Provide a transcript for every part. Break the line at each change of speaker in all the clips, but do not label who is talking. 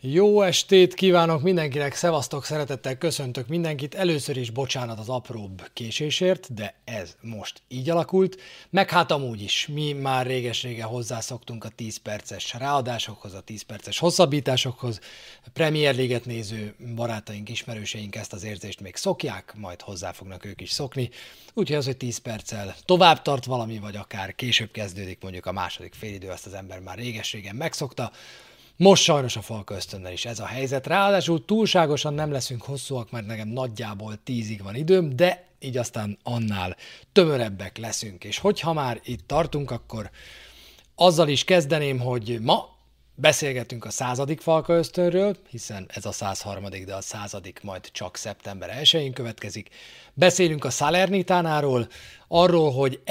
Jó estét kívánok mindenkinek, szevasztok, szeretettel köszöntök mindenkit. Először is bocsánat az apróbb késésért, de ez most így alakult. Meg hát amúgy is, mi már réges-régen hozzászoktunk a 10 perces ráadásokhoz, a 10 perces hosszabbításokhoz. Premier League-et néző barátaink, ismerőseink ezt az érzést még szokják, majd hozzá fognak ők is szokni. Úgyhogy az, hogy 10 perccel tovább tart valami, vagy akár később kezdődik mondjuk a második félidő, azt az ember már réges-régen megszokta. Most sajnos a Falka Ösztönnel is ez a helyzet. Ráadásul túlságosan nem leszünk hosszúak, mert nekem nagyjából 10-ig van időm, de így aztán annál tömörebbek leszünk. És hogyha már itt tartunk, akkor azzal is kezdeném, hogy ma beszélgetünk a 100. Falka Ösztönről, hiszen ez a 103., de a 100. majd csak szeptember 1-én következik. Beszélünk a Salernitánáról, arról, hogy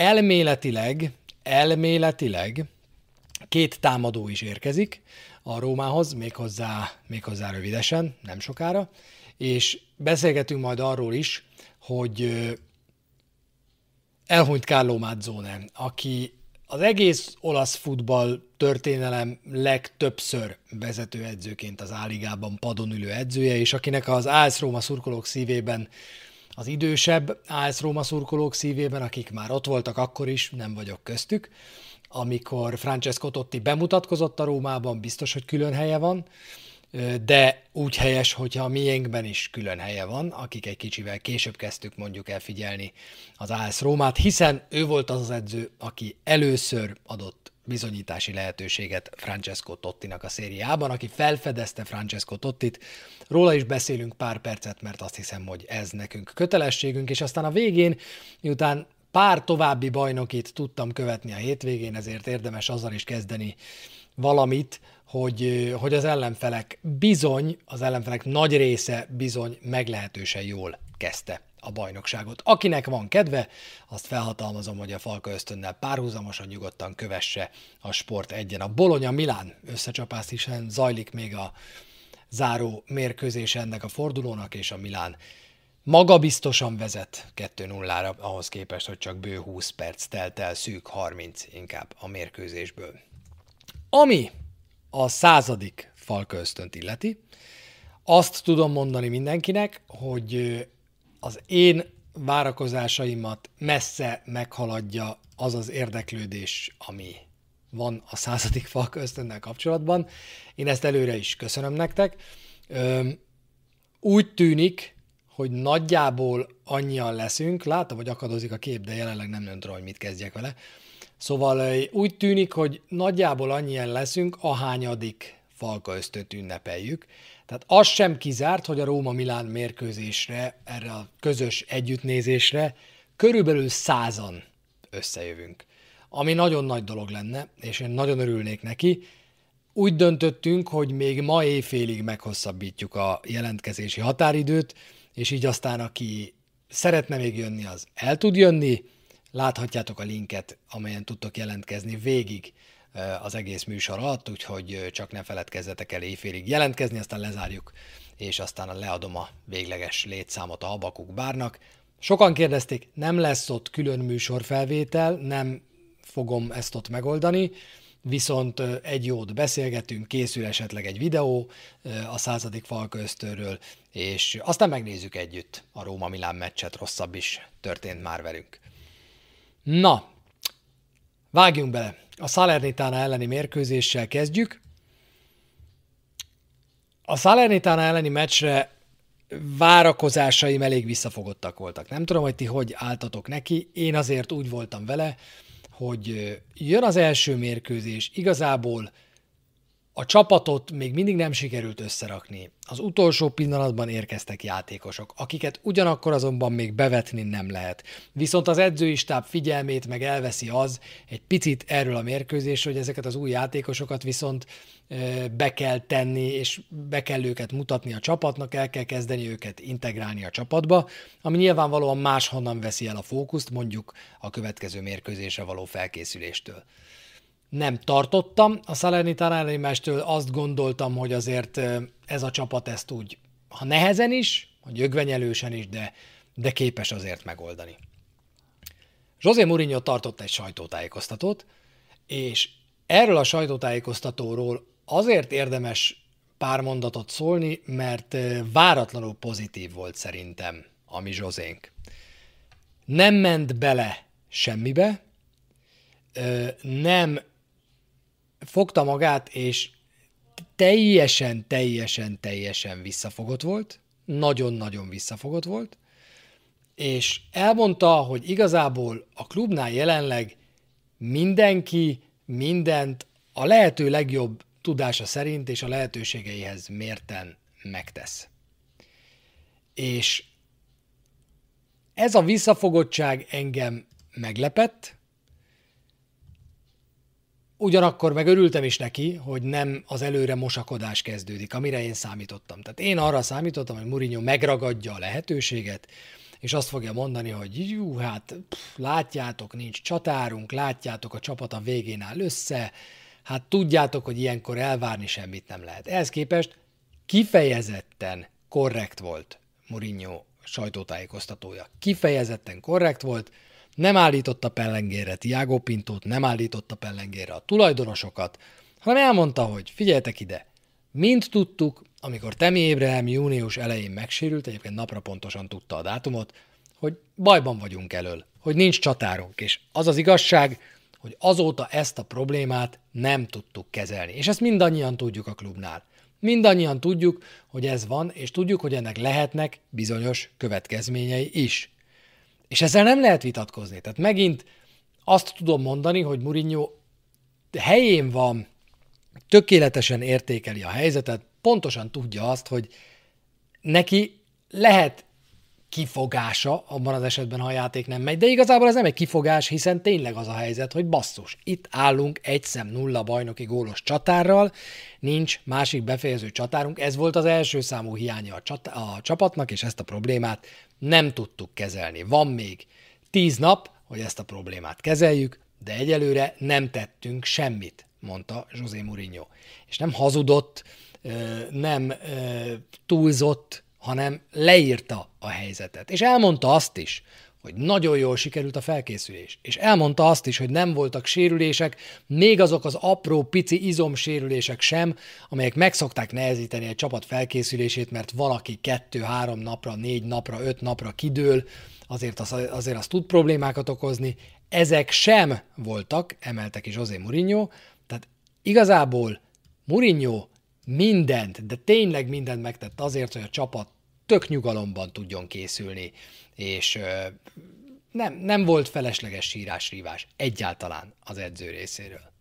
elméletileg 2 támadó is érkezik a Rómához, méghozzá rövidesen, nem sokára, és beszélgetünk majd arról is, hogy elhunyt Carlo Mazzone, aki az egész olasz futball történelem legtöbbször vezetőedzőként az A-ligában padon ülő edzője, és akinek az AS Róma szurkolók szívében, az idősebb AS Róma szurkolók szívében, akik már ott voltak akkor is, nem vagyok köztük, amikor Francesco Totti bemutatkozott a Rómában, biztos, hogy külön helye van, de úgy helyes, hogyha a miénkben is külön helye van, akik egy kicsivel később kezdtük mondjuk elfigyelni az AS Rómát, hiszen ő volt az az edző, aki először adott bizonyítási lehetőséget Francesco Tottinak a szériában, aki felfedezte Francesco Tottit. Róla is beszélünk pár percet, mert azt hiszem, hogy ez nekünk kötelességünk, és aztán a végén, miután pár további bajnokit tudtam követni a hétvégén, ezért érdemes azzal is kezdeni valamit, hogy az ellenfelek nagy része bizony meglehetősen jól kezdte a bajnokságot. Akinek van kedve, azt felhatalmazom, hogy a Falka Ösztönnel párhuzamosan nyugodtan kövesse a Sport 1-en. A Bologna-Milán összecsapás is zajlik még a záró mérkőzés ennek a fordulónak, és a Milán magabiztosan vezet 2-0-ra, ahhoz képest, hogy csak bő 20 perc telt el, szűk 30 inkább a mérkőzésből. Ami a 100. Falka Ösztönt illeti, azt tudom mondani mindenkinek, hogy az én várakozásaimat messze meghaladja az az érdeklődés, ami van a 100. Falka Ösztönnel kapcsolatban. Én ezt előre is köszönöm nektek. Úgy tűnik, hogy nagyjából annyian leszünk, látom, hogy akadozik a kép, de jelenleg nem tudom, hogy mit kezdjek vele. Szóval úgy tűnik, hogy nagyjából annyian leszünk, ahányadik Falka Ösztönt ünnepeljük. Tehát az sem kizárt, hogy a Róma-Milán mérkőzésre, erre a közös együttnézésre körülbelül 100-an összejövünk. Ami nagyon nagy dolog lenne, és én nagyon örülnék neki. Úgy döntöttünk, hogy még ma éjfélig meghosszabbítjuk a jelentkezési határidőt, és így aztán aki szeretne még jönni, az el tud jönni. Láthatjátok a linket, amelyen tudtok jelentkezni végig az egész műsor alatt, úgyhogy csak ne feledkezzetek el éjfélig jelentkezni, aztán lezárjuk, és aztán leadom a végleges létszámot a Habakuk bárnak. Sokan kérdezték, nem lesz ott külön műsorfelvétel, nem fogom ezt ott megoldani, viszont egy jót beszélgetünk, készül esetleg egy videó a 100. Falka Ösztönről, és aztán megnézzük együtt a Róma-Milán meccset, rosszabb is történt már velünk. Na, vágjunk bele. A Salernitana elleni mérkőzéssel kezdjük. A Salernitana elleni meccsre várakozásaim elég visszafogottak voltak. Nem tudom, hogy ti hogy álltatok neki, én azért úgy voltam vele, hogy jön az első mérkőzés, igazából a csapatot még mindig nem sikerült összerakni. Az utolsó pillanatban érkeztek játékosok, akiket ugyanakkor azonban még bevetni nem lehet. Viszont az edzői stáb figyelmét meg elveszi az egy picit erről a mérkőzésről, hogy ezeket az új játékosokat viszont be kell tenni, és be kell őket mutatni a csapatnak, el kell kezdeni őket integrálni a csapatba, ami nyilvánvalóan máshonnan veszi el a fókuszt, mondjuk a következő mérkőzésre való felkészüléstől. Nem tartottam a Salernitana elleni meccstől, azt gondoltam, hogy azért ez a csapat ezt úgy, ha nehezen is, ha nyögvenyelősen is, de képes azért megoldani. José Mourinho tartott egy sajtótájékoztatót, és erről a sajtótájékoztatóról azért érdemes pár mondatot szólni, mert váratlanul pozitív volt szerintem a mi Zsozénk. Nem ment bele semmibe, nem fogta magát, és teljesen visszafogott volt, nagyon-nagyon visszafogott volt, és elmondta, hogy igazából a klubnál jelenleg mindenki mindent a lehető legjobb tudása szerint és a lehetőségeihez mérten megtesz. És ez a visszafogottság engem meglepett, ugyanakkor meg örültem is neki, hogy nem az előre mosakodás kezdődik, amire én számítottam. Tehát én arra számítottam, hogy Mourinho megragadja a lehetőséget, és azt fogja mondani, hogy látjátok, nincs csatárunk, látjátok, a csapat a végén áll össze, hát tudjátok, hogy ilyenkor elvárni semmit nem lehet. Ehhez képest kifejezetten korrekt volt Mourinho sajtótájékoztatója. Kifejezetten korrekt volt, nem állította pellengérre Thiago Pintót, nem állította pellengérre a tulajdonosokat, hanem elmondta, hogy figyeljetek ide, mind tudtuk, amikor Tammy Abraham június elején megsérült, egyébként napra pontosan tudta a dátumot, hogy bajban vagyunk elől, hogy nincs csatárunk, és az az igazság, hogy azóta ezt a problémát nem tudtuk kezelni. És ezt mindannyian tudjuk a klubnál. Mindannyian tudjuk, hogy ez van, és tudjuk, hogy ennek lehetnek bizonyos következményei is. És ezzel nem lehet vitatkozni. Tehát megint azt tudom mondani, hogy Mourinho helyén van, tökéletesen értékeli a helyzetet, pontosan tudja azt, hogy neki lehet kifogása abban az esetben, ha a játék nem megy, de igazából ez nem egy kifogás, hiszen tényleg az a helyzet, hogy basszus, itt állunk 1-0 bajnoki gólos csatárral, nincs másik befejező csatárunk, ez volt az első számú hiánya a csapatnak, és ezt a problémát nem tudtuk kezelni. Van még 10 nap, hogy ezt a problémát kezeljük, de egyelőre nem tettünk semmit, mondta José Mourinho. És nem hazudott, nem túlzott, hanem leírta a helyzetet. És elmondta azt is, hogy nagyon jól sikerült a felkészülés. És elmondta azt is, hogy nem voltak sérülések, még azok az apró, pici izomsérülések sem, amelyek meg szokták nehezíteni egy csapat felkészülését, mert valaki 2-3 napra, 4 napra, 5 napra kidől, azért az tud problémákat okozni. Ezek sem voltak, emelte ki José Mourinho, tehát igazából Mourinho mindent, de tényleg mindent megtett azért, hogy a csapat tök nyugalomban tudjon készülni, és nem volt felesleges sírás-rívás egyáltalán az edző részéről.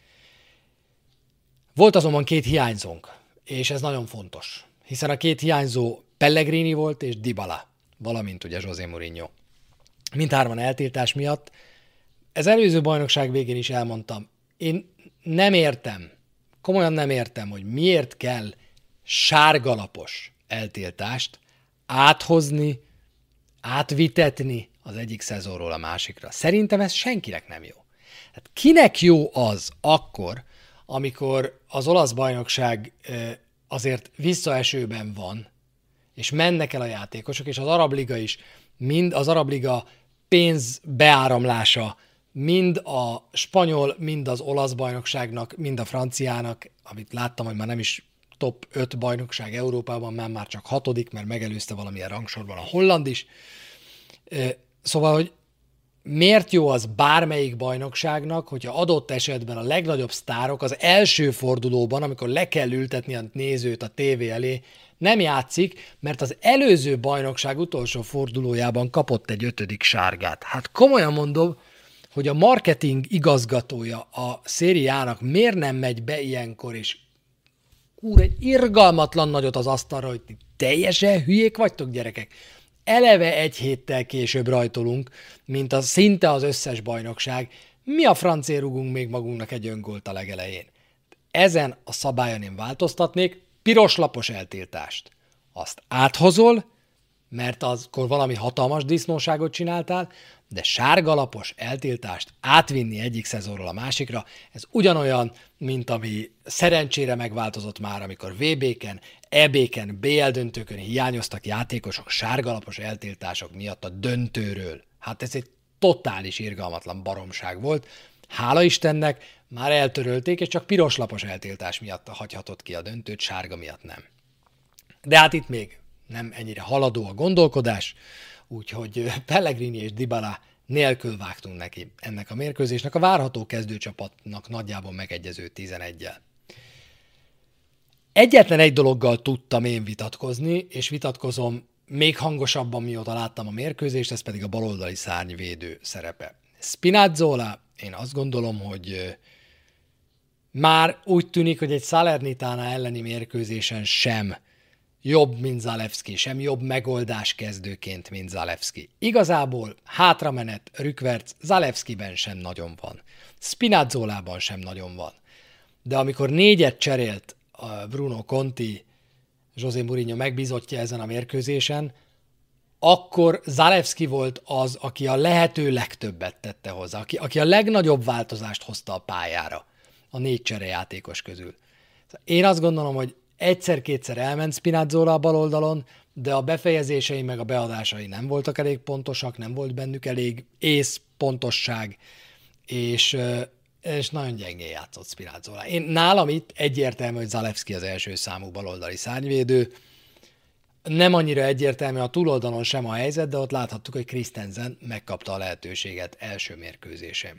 Volt azonban 2 hiányzónk, és ez nagyon fontos, hiszen a 2 hiányzó Pellegrini volt és Dybala, valamint ugye José Mourinho. Mindhárman eltiltás miatt. Ez előző bajnokság végén is elmondtam, én nem értem, komolyan nem értem, hogy miért kell sárgalapos eltiltást áthozni, átvitetni az egyik szezonról a másikra. Szerintem ez senkinek nem jó. Hát kinek jó az akkor, amikor az olasz bajnokság azért visszaesőben van, és mennek el a játékosok, és az Arab Liga is, mind az Arab Liga pénz beáramlása, mind a spanyol, mind az olasz bajnokságnak, mind a franciának, amit láttam, hogy már nem is top 5 bajnokság Európában, már csak 6., mert megelőzte valamilyen rangsorban a holland is. Szóval, hogy miért jó az bármelyik bajnokságnak, hogyha adott esetben a legnagyobb sztárok az első fordulóban, amikor le kell ültetni a nézőt a tévé elé, nem játszik, mert az előző bajnokság utolsó fordulójában kapott egy 5. sárgát. Hát komolyan mondom, hogy a marketing igazgatója a szériának miért nem megy be ilyenkor, és egy irgalmatlan nagyot az asztalra, hogy teljesen hülyék vagytok, gyerekek. Eleve egy héttel később rajtolunk, mint szinte az összes bajnokság. Mi a francér rugunk még magunknak egy öngolt a legelején? Ezen a szabályon én változtatnék, piroslapos eltiltást. Azt áthozol, mert akkor valami hatalmas disznóságot csináltál, de sárgalapos eltiltást átvinni egyik szezonról a másikra, ez ugyanolyan, mint ami szerencsére megváltozott már, amikor VB-ken, EB-ken, BL döntőkön hiányoztak játékosok sárgalapos eltiltások miatt a döntőről. Hát ez egy totális irgalmatlan baromság volt, Hála Istennek már eltörölték, és csak piroslapos eltiltás miatt hagyhatott ki a döntőt, sárga miatt nem. De hát itt még nem ennyire haladó a gondolkodás, úgyhogy Pellegrini és Dybala nélkül vágtunk neki ennek a mérkőzésnek, a várható kezdőcsapatnak nagyjából megegyező 11-jel. Egyetlen egy dologgal tudtam én vitatkozni, és vitatkozom még hangosabban, mióta láttam a mérkőzést, ez pedig a baloldali szárnyvédő szerepe. Spinazzola, én azt gondolom, hogy már úgy tűnik, hogy egy Salernitana elleni mérkőzésen sem jobb, mint Zalewski, sem jobb megoldás kezdőként, mint Zalewski. Igazából hátramenet, rükverc Zalewskiben sem nagyon van. Spinazzolában sem nagyon van. De amikor 4-et cserélt a Bruno Conti, José Mourinho megbízottja ezen a mérkőzésen, akkor Zalewski volt az, aki a lehető legtöbbet tette hozzá, aki a legnagyobb változást hozta a pályára a 4 cserejátékos közül. Én azt gondolom, hogy egyszer-kétszer elment Spinazzola a bal oldalon, de a befejezései meg a beadásai nem voltak elég pontosak, nem volt bennük elég ész, pontosság, és nagyon gyengén játszott Spinazzola. Nálam itt egyértelmű, hogy Zalewski az első számú baloldali szárnyvédő. Nem annyira egyértelmű a túloldalon sem a helyzet, de ott láthattuk, hogy Christensen megkapta a lehetőséget első mérkőzésén.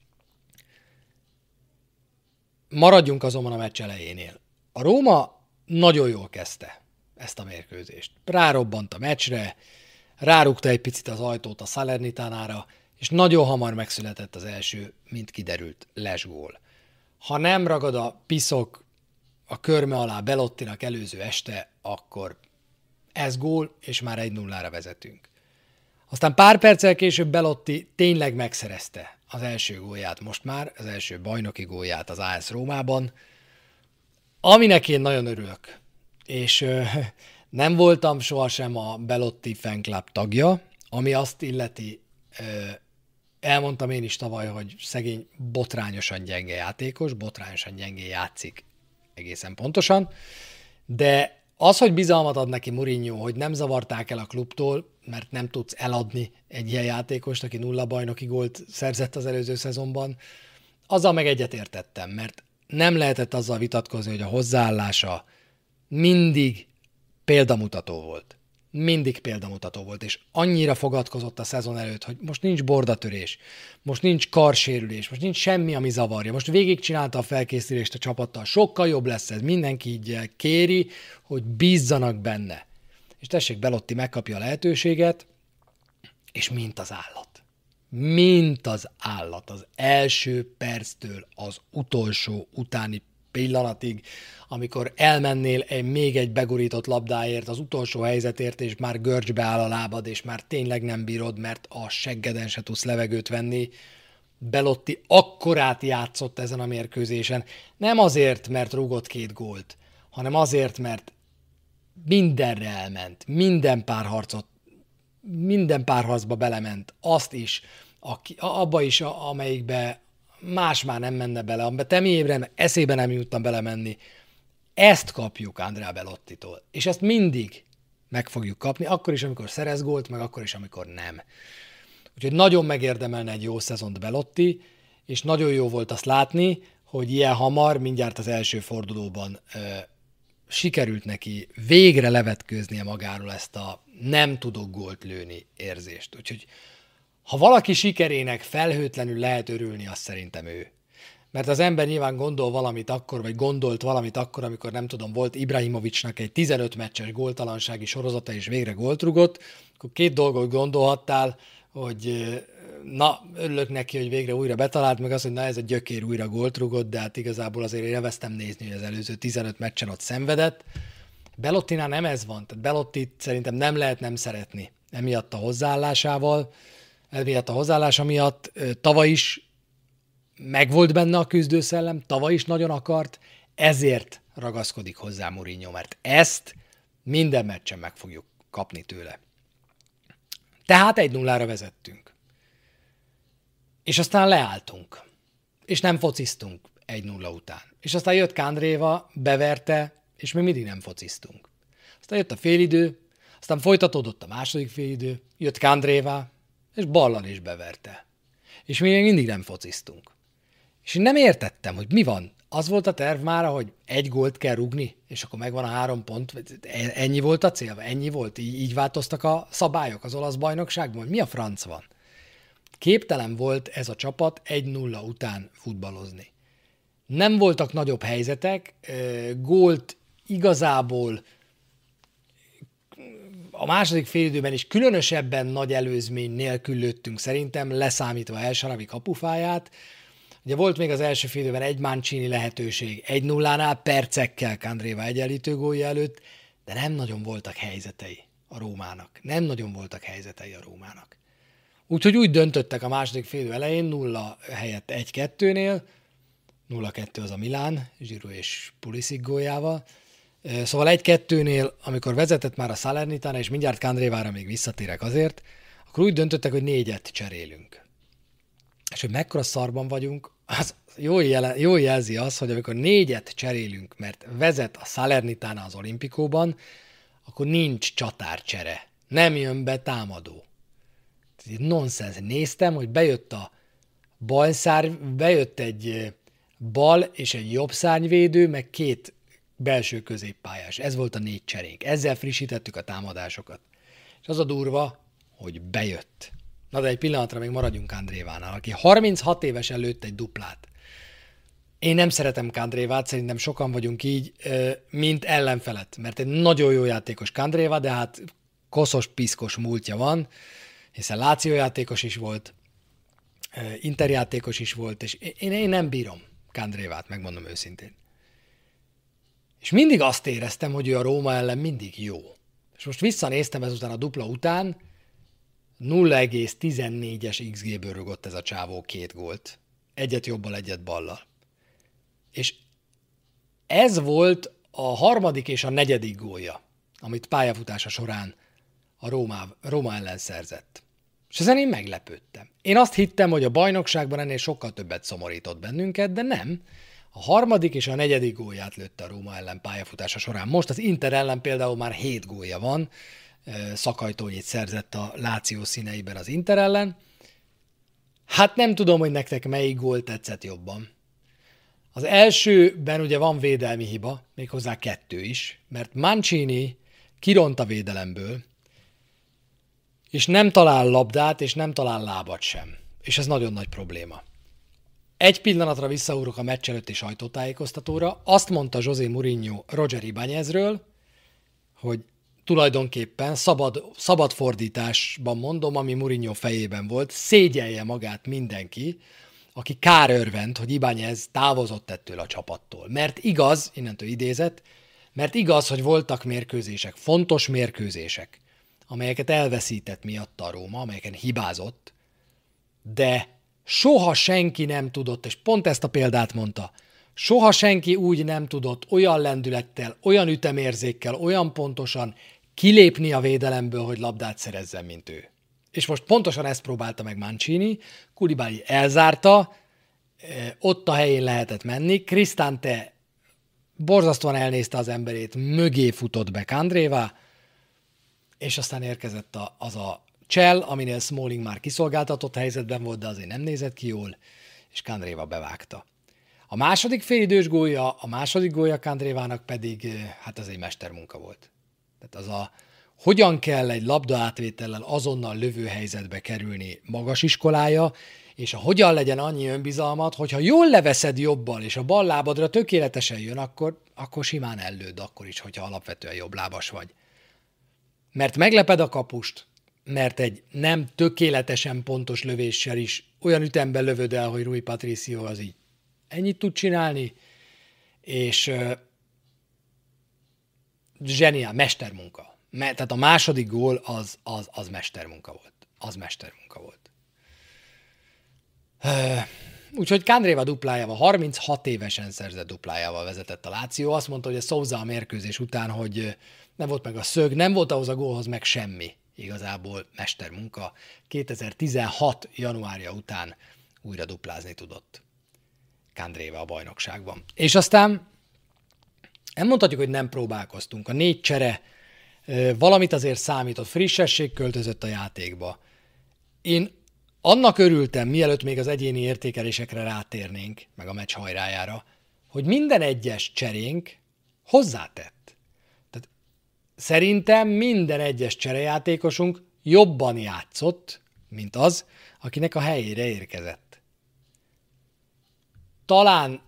Maradjunk azonban a meccs elejénél. A Róma nagyon jól kezdte ezt a mérkőzést. Rárobbant a meccsre, rárúgta egy picit az ajtót a Salernitánára, és nagyon hamar megszületett az első, mint kiderült, lesgól. Ha nem ragad a piszok a körme alá Belottinak előző este, akkor ez gól, és már 1-0-ra vezetünk. Aztán pár perccel később Belotti tényleg megszerezte az első gólját most már, az első bajnoki gólját az AS Rómában, aminek én nagyon örülök. És nem voltam sohasem a Belotti fan club tagja, ami azt illeti, elmondtam én is tavaly, hogy szegény botrányosan gyenge játékos, botrányosan gyengén játszik egészen pontosan, de az, hogy bizalmat ad neki Mourinho, hogy nem zavarták el a klubtól, mert nem tudsz eladni egy ilyen játékost, aki 0 bajnoki gólt szerzett az előző szezonban, azzal meg egyetértettem, mert nem lehetett azzal vitatkozni, hogy a hozzáállása mindig példamutató volt. Mindig példamutató volt, és annyira fogadkozott a szezon előtt, hogy most nincs bordatörés, most nincs karsérülés, most nincs semmi, ami zavarja. Most végigcsinálta a felkészülést a csapattal, sokkal jobb lesz ez, mindenki így kéri, hogy bízzanak benne. És tessék, Belotti megkapja a lehetőséget, és mint az állat. Mint az állat. Az első perctől az utolsó utáni pillanatig, amikor elmennél még egy begurított labdáért, az utolsó helyzetért, és már görcsbe áll a lábad, és már tényleg nem bírod, mert a seggeden se tudsz levegőt venni. Belotti akkorát játszott ezen a mérkőzésen. Nem azért, mert rúgott 2 gólt, hanem azért, mert mindenre elment, minden párharcba belement, azt is, abba is, amelyikbe más már nem menne bele, amiben temélyében eszébe nem juttam belemenni. Ezt kapjuk Andrea Belottitól, és ezt mindig meg fogjuk kapni, akkor is, amikor szerez gólt, meg akkor is, amikor nem. Úgyhogy nagyon megérdemelne egy jó szezont Belotti, és nagyon jó volt azt látni, hogy ilyen hamar, mindjárt az első fordulóban sikerült neki végre levetkőznie magáról ezt a nem tudok gólt lőni érzést. Úgyhogy ha valaki sikerének felhőtlenül lehet örülni, azt szerintem ő. Mert az ember nyilván gondol valamit akkor, vagy gondolt valamit akkor, amikor nem tudom, volt Ibrahimovicsnak egy 15 meccses góltalansági sorozata, és végre gólt rugott, akkor 2 dolgot gondolhattál, hogy na, örülök neki, hogy végre újra betalált, meg az, hogy na, ez a gyökér újra gólt rugott, de hát igazából azért én élveztem nézni, hogy az előző 15 meccsen ott szenvedett. Belottinál nem ez van, tehát Belottit szerintem nem lehet nem szeretni emiatt a hozzáállásával, emiatt a hozzáállása miatt. Tavaly is megvolt benne a küzdőszellem, tavaly is nagyon akart, ezért ragaszkodik hozzá Mourinho, mert ezt minden meccsen meg fogjuk kapni tőle. Tehát 1-0-ra vezettünk. És aztán leálltunk. És nem fociztunk 1-0 után. És aztán jött Kandréva, beverte, és mi mindig nem fociztunk. Aztán jött a félidő, aztán folytatódott a második félidő, jött Kandréva, és ballal is beverte. És mi még mindig nem fociztunk. És én nem értettem, hogy mi van. Az volt a terv mára, hogy egy gólt kell rúgni, és akkor megvan a 3 pont. Ennyi volt a cél? Ennyi volt? Így változtak a szabályok az olasz bajnokságban? Mi a franc van? Képtelen volt ez a csapat 1-0 után futballozni. Nem voltak nagyobb helyzetek, gólt igazából a második félidőben is különösebben nagy előzmény nélkül lőttünk szerintem, leszámítva El Shaarawy kapufáját. Ugye volt még az első félidőben egy Mancini lehetőség, 1-0-nál percekkel Candreva egyenlítő gólja előtt, de nem nagyon voltak helyzetei a Rómának. Nem nagyon voltak helyzetei a Rómának. Úgyhogy úgy döntöttek a második félidő elején, 0 helyett 1-2-nél, 0-2 az a Milán, Giroud és Pulisic góljával. Szóval 1-2-nél, amikor vezetett már a Salernitana, és mindjárt Candrevára még visszatérek azért, akkor úgy döntöttek, hogy 4-et cserélünk. És hogy mekkora szarban vagyunk, az jól jelzi az, hogy amikor 4-et cserélünk, mert vezet a Salernitana az Olimpikóban, akkor nincs csatárcsere. Nem jön be támadó. Ez nonsens. Néztem, hogy bejött egy bal és egy jobb szárnyvédő, meg 2 belső középpályás. Ez volt a 4 cserénk. Ezzel frissítettük a támadásokat. És az a durva, hogy bejött. Na de egy pillanatra még maradjunk Candrevánál, aki 36 évesen lőtt egy duplát. Én nem szeretem Candrevát, szerintem sokan vagyunk így, mint ellenfelet, mert egy nagyon jó játékos Candreva, de hát koszos, piszkos múltja van, hiszen Lazio játékos is volt, Inter játékos is volt, és én nem bírom Candrevát, megmondom őszintén. És mindig azt éreztem, hogy ő a Róma ellen mindig jó. És most visszanéztem ezután a dupla után, 0,14-es XG-ből rugott ez a csávó 2 gólt. Egyet jobbal, egyet ballal. És ez volt a 3. és a 4. gólja, amit pályafutása során a Róma ellen szerzett. És ezen én meglepődtem. Én azt hittem, hogy a bajnokságban ennél sokkal többet szomorított bennünket, de nem. A 3. és a 4. gólját lőtte a Róma ellen pályafutása során. Most az Inter ellen például már 7 gólja van, szakajtónyit szerzett a Lazio színeiben az Inter ellen. Hát nem tudom, hogy nektek melyik gól tetszett jobban. Az elsőben ugye van védelmi hiba, méghozzá 2 is, mert Mancini kiront a védelemből, és nem talál labdát, és nem talál lábat sem. És ez nagyon nagy probléma. Egy pillanatra visszaugrok a meccs előtti sajtótájékoztatóra. Azt mondta José Mourinho Roger Ibáñezről, hogy tulajdonképpen szabad fordításban mondom, ami Mourinho fejében volt, szégyelje magát mindenki, aki kárörvend, hogy Ibáñez távozott ettől a csapattól. Mert igaz, innentől idézett, mert igaz, hogy voltak mérkőzések, fontos mérkőzések, amelyeket elveszített miatta a Róma, amelyeken hibázott, de soha senki nem tudott, és pont ezt a példát mondta, soha senki úgy nem tudott olyan lendülettel, olyan ütemérzékkel, olyan pontosan kilépni a védelemből, hogy labdát szerezzen, mint ő. És most pontosan ezt próbálta meg Mancini, Koulibaly elzárta, ott a helyén lehetett menni, Cristante borzasztóan elnézte az emberét, mögé futott be Candreva, és aztán érkezett az a csel, aminél Smalling már kiszolgáltatott helyzetben volt, de azért nem nézett ki jól, és Candreva bevágta. A második félidős gólja, a második gólja Candrevának pedig, hát az egy mestermunka volt. Tehát hogyan kell egy labda átvétellel azonnal lövő helyzetbe kerülni magas iskolája, és hogyan legyen annyi önbizalmat, hogyha jól leveszed jobbal, és a bal lábadra tökéletesen jön, akkor simán ellőd, akkor is, hogyha alapvetően jobblábas vagy. Mert megleped a kapust, mert egy nem tökéletesen pontos lövéssel is olyan ütemben lövöd el, hogy Rui Patricio az így ennyit tud csinálni, és zseniál, mestermunka. Tehát a második gól az mestermunka volt. Az mestermunka volt. Úgyhogy Candreva duplájával, 36 évesen szerzett duplájával vezetett a Lazio. Azt mondta, hogy a Sousa a mérkőzés után, hogy nem volt meg a szög, nem volt ahhoz a gólhoz meg semmi. Igazából mestermunka. 2016. januárja után újra duplázni tudott Candreva a bajnokságban. És aztán nem mondhatjuk, hogy nem próbálkoztunk. A 4 csere valamit azért számított, frissesség költözött a játékba. Én Annak örültem, mielőtt még az egyéni értékelésekre rátérnénk, meg a meccs hajrájára, hogy minden egyes cserénk hozzátett. Tehát szerintem minden egyes cserejátékosunk jobban játszott, mint az, akinek a helyére érkezett. Talán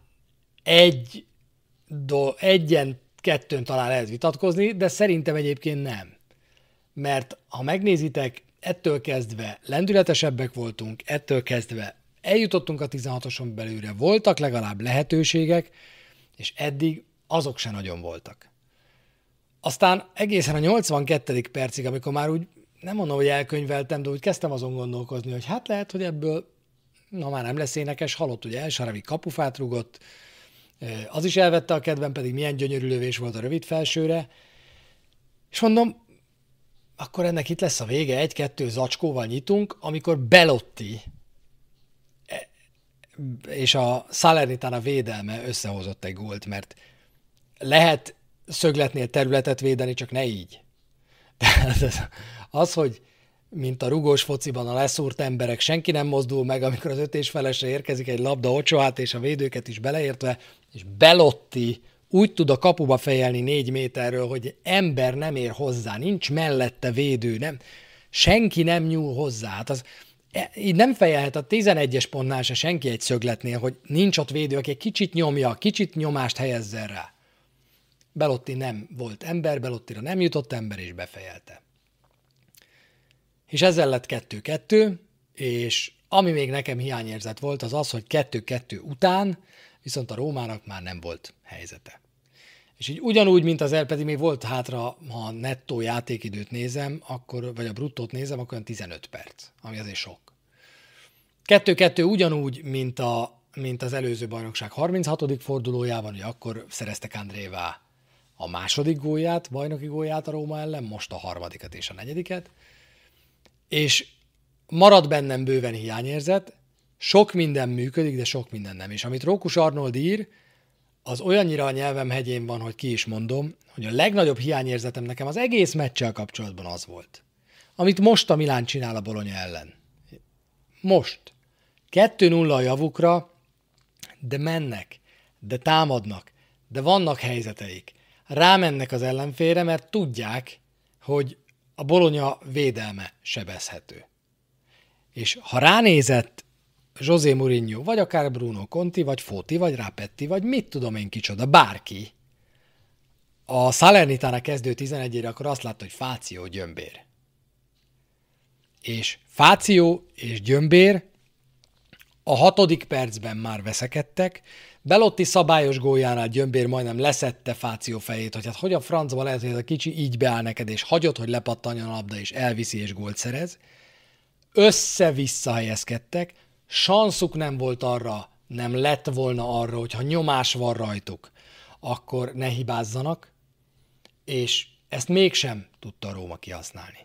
kettőn talán lehet vitatkozni, de szerintem egyébként nem. Mert ha megnézitek, ettől kezdve lendületesebbek voltunk, ettől kezdve eljutottunk a 16-oson belőle, voltak legalább lehetőségek, és eddig azok se nagyon voltak. Aztán egészen a 82. percig, amikor már úgy, nem mondom, hogy elkönyveltem, de úgy kezdtem azon gondolkozni, hogy hát lehet, hogy ebből már nem lesz énekes, halott, ugye El Shaarawy kapufát rúgott, az is elvette a kedvem, pedig milyen gyönyörű lövés volt a rövid felsőre, és mondom, akkor ennek itt lesz a vége, 1-2 zacskóval nyitunk, amikor Belotti és a Salernitana védelme összehozott egy gólt, mert lehet szögletnél területet védeni, csak ne így. Tehát az, hogy mint a rugós fociban a leszúrt emberek, senki nem mozdul meg, amikor az 5 és felesre érkezik egy labda Ochoát és a védőket is beleértve, és Belotti úgy tud a kapuba fejelni 4 méterről, hogy ember nem ér hozzá, nincs mellette védő, nem, senki nem nyúl hozzá. Hát az, így nem fejelhet a 11-es pontnál se senki egy szögletnél, hogy nincs ott védő, aki egy kicsit nyomja, kicsit nyomást helyezzen rá. Belotti nem volt ember, Belottira nem jutott ember, és befejelte. És ezzel lett 2-2, és ami még nekem hiányérzet volt, az az, hogy 2-2 után viszont a Rómának már nem volt helyzete. És így ugyanúgy, mint az pedig még volt hátra, ha nettó játékidőt nézem, akkor, vagy a bruttót nézem, akkor olyan 15 perc, ami azért sok. 2-2 ugyanúgy, mint az előző bajnokság 36. fordulójában, hogy akkor szereztek Andrévá a második gólját, bajnoki gólját a Róma ellen, most a harmadikat és a negyediket, és marad bennem bőven hiányérzet, sok minden működik, de sok minden nem. És amit Rókus Arnold ír, az olyannyira a nyelvem hegyén van, hogy ki is mondom, hogy a legnagyobb hiányérzetem nekem az egész meccsel kapcsolatban az volt, amit most a Milán csinál a Bologna ellen. Most. 2-0 a javukra, de mennek, de támadnak, de vannak helyzeteik. Rámennek az ellenfélre, mert tudják, hogy a Bologna védelme sebezhető. És ha ránézett José Mourinho, vagy akár Bruno Conti, vagy Foti, vagy Rapetti, vagy mit tudom én kicsoda, bárki, a Salernitana kezdő 11-ére, akkor azt látta, hogy Fáció Gyömbér. És Fáció és Gyömbér a 6. percben már veszekedtek, Belotti szabályos góljánál Gyömbér majdnem leszette Fáció fejét, hogy hát hogy a francba lehet, hogy ez a kicsi így beáll neked, és hagyod, hogy lepattanjon a labda, és elviszi, és gólt szerez. Össze-vissza helyezkedtek, sanszuk nem volt arra, nem lett volna arra, hogyha nyomás van rajtuk, akkor ne hibázzanak, és ezt mégsem tudta a Róma kihasználni.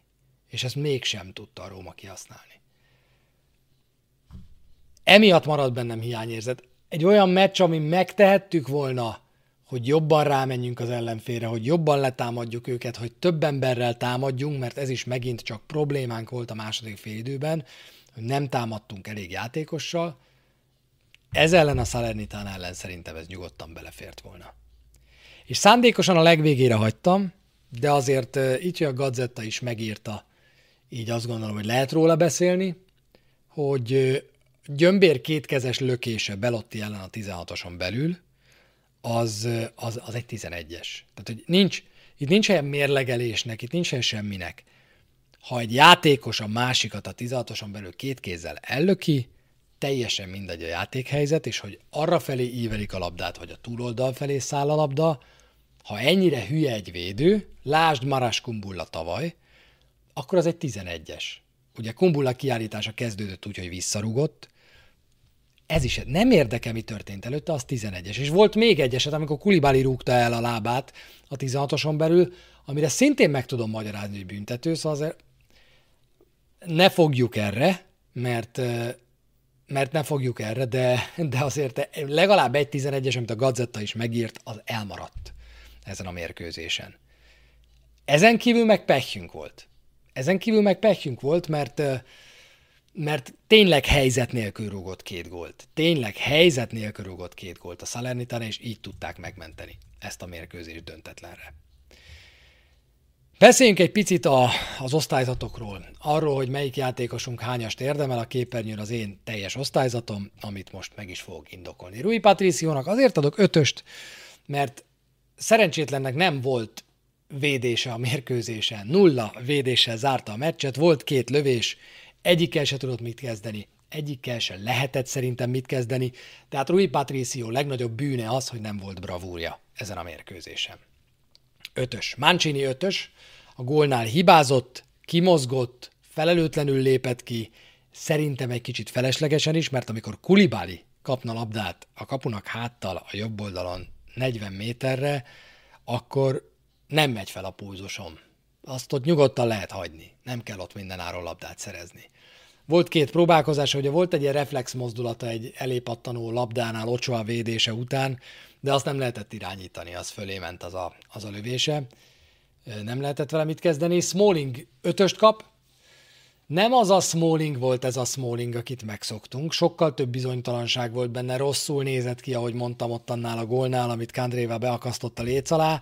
Emiatt marad bennem hiányérzet. Egy olyan meccs, ami megtehettük volna, hogy jobban rámenjünk az ellenfélre, hogy jobban letámadjuk őket, hogy több emberrel támadjunk, mert ez is megint csak problémánk volt a második félidőben, hogy nem támadtunk elég játékossal. Ez ellen a Salernitana ellen szerintem ez nyugodtan belefért volna. És szándékosan a legvégére hagytam, de azért így, hogy a Gazzetta is megírta, így azt gondolom, hogy lehet róla beszélni, hogy Gyömbér kétkezes lökése Belotti ellen a 16-oson belül, az egy 11-es. Tehát, hogy itt nincs helyen mérlegelésnek, itt nincs helyen semminek. Ha egy játékos a másikat a 16-oson belül két kézzel ellöki, teljesen mindegy a játékhelyzet, és hogy arrafelé ívelik a labdát, vagy a túloldal felé száll a labda, ha ennyire hülye egy védő, lásd Maras Kumbulla tavaly, akkor az egy 11-es. Ugye Kumbulla kiállítása kezdődött úgy, hogy visszarúgott, ez is nem érdekel, mi történt előtte, az 11-es. És volt még egy eset, amikor Koulibaly rúgta el a lábát a 16-oson belül, amire szintén meg tudom magyarázni, hogy büntető, szóval azért ne fogjuk erre, mert ne fogjuk erre, de azért legalább egy 11-es, amit a Gazzetta is megírt, az elmaradt ezen a mérkőzésen. Ezen kívül meg pehjünk volt, mert mert tényleg helyzet nélkül rúgott 2 gólt. Tényleg helyzet nélkül rúgott 2 gólt a Salernitana, és így tudták megmenteni ezt a mérkőzést döntetlenre. Beszéljünk egy picit az osztályzatokról. Arról, hogy melyik játékosunk hányast érdemel, a képernyőn az én teljes osztályzatom, amit most meg is fogok indokolni. Rui Patriciónak azért adok 5-öst, mert szerencsétlennek nem volt védése a mérkőzésen. 0 védéssel zárta a meccset, volt 2 lövés, egyikkel se tudott mit kezdeni, egyikkel se lehetett szerintem mit kezdeni, tehát Rui Patricio legnagyobb bűne az, hogy nem volt bravúrja ezen a mérkőzésen. 5-ös. Mancini 5-ös, a gólnál hibázott, kimozgott, felelőtlenül lépett ki, szerintem egy kicsit feleslegesen is, mert amikor Koulibaly kapna labdát a kapunak háttal a jobb oldalon 40 méterre, akkor nem megy fel a pulzusom. Azt ott nyugodtan lehet hagyni, nem kell ott mindenáron labdát szerezni. Volt 2 próbálkozása, ugye volt egy ilyen reflex mozdulata egy elépattanó labdánál Ochoa védése után, de azt nem lehetett irányítani, az fölé ment az a lövése. Nem lehetett vele mit kezdeni. Smalling 5-öst kap. Nem az a Smalling volt ez a Smalling, akit megszoktunk. Sokkal több bizonytalanság volt benne, rosszul nézett ki, ahogy mondtam ott annál a gólnál, amit Kandréva beakasztott a léc alá.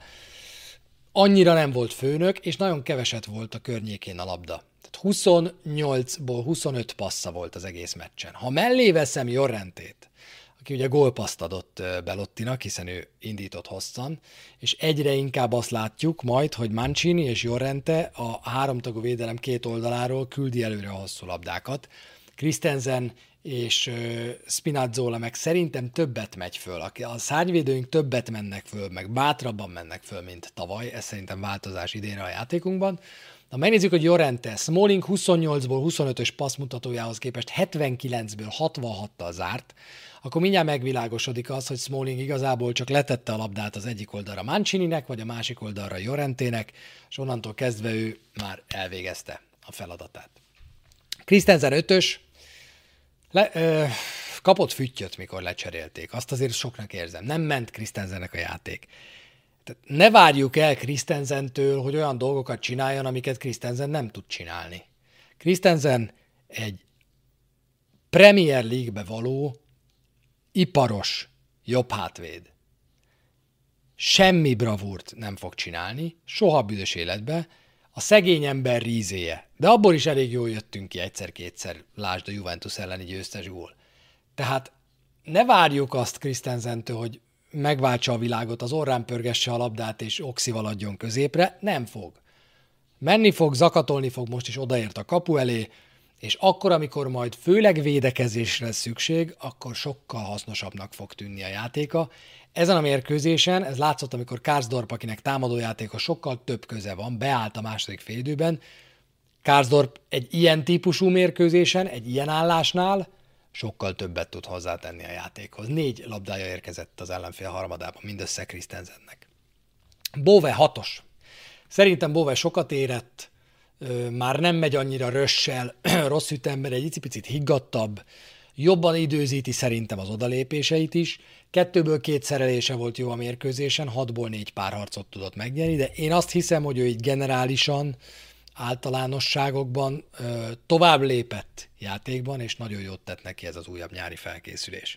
Annyira nem volt főnök, és nagyon keveset volt a környékén a labda. Tehát 28-ból 25 passza volt az egész meccsen. Ha mellé veszem Llorentét, aki ugye gólpasszt adott Belottinak, hiszen ő indított hosszan, és egyre inkább azt látjuk majd, hogy Mancini és Llorente a háromtagú védelem 2 oldaláról küldi előre a hosszú labdákat. Christensen és Spinazzola meg szerintem többet megy föl. A szárnyvédőink többet mennek föl, meg bátrabban mennek föl, mint tavaly. Ez szerintem változás idénre a játékunkban. Ha megnézzük, hogy Llorente, Smalling 28-ból 25-ös passzmutatójához képest 79-ből 66-tal zárt, akkor mindjárt megvilágosodik az, hogy Smalling igazából csak letette a labdát az egyik oldalra Mancininek, vagy a másik oldalra Llorentének, és onnantól kezdve ő már elvégezte a feladatát. Christensen 5-ös, kapott füttyöt, mikor lecserélték. Azt azért soknak érzem. Nem ment Christensennek a játék. Tehát ne várjuk el Christensentől, hogy olyan dolgokat csináljon, amiket Christensen nem tud csinálni. Christensen egy Premier League-be való, iparos jobb hátvéd. Semmi bravúrt nem fog csinálni, soha büdös életbe, a szegény ember rízéje. De abból is elég jól jöttünk ki egyszer-kétszer, lásd a Juventus elleni győztes gól. Tehát ne várjuk azt Christensentől, hogy megváltsa a világot, az orrán pörgesse a labdát és oxival adjon középre, nem fog. Menni fog, zakatolni fog, most is odaért a kapu elé, és akkor, amikor majd főleg védekezésre lesz szükség, akkor sokkal hasznosabbnak fog tűnni a játéka. Ezen a mérkőzésen, ez látszott, amikor Karsdorp, akinek támadójátéka sokkal több köze van, beállt a második félidőben. Karsdorp egy ilyen típusú mérkőzésen, egy ilyen állásnál sokkal többet tud hozzátenni a játékhoz. 4 labdája érkezett az ellenfél harmadában, mindössze Christensennek. Bove 6-os. Szerintem Bove sokat érett, már nem megy annyira rössel, rossz ütemben, egy picit higgadtabb, jobban időzíti szerintem az odalépéseit is. 2-ből 2 szerelése volt jó a mérkőzésen, 6-ból 4 párharcot tudott megnyerni, de én azt hiszem, hogy ő így generálisan, általánosságokban tovább lépett játékban, és nagyon jót tett neki ez az újabb nyári felkészülés.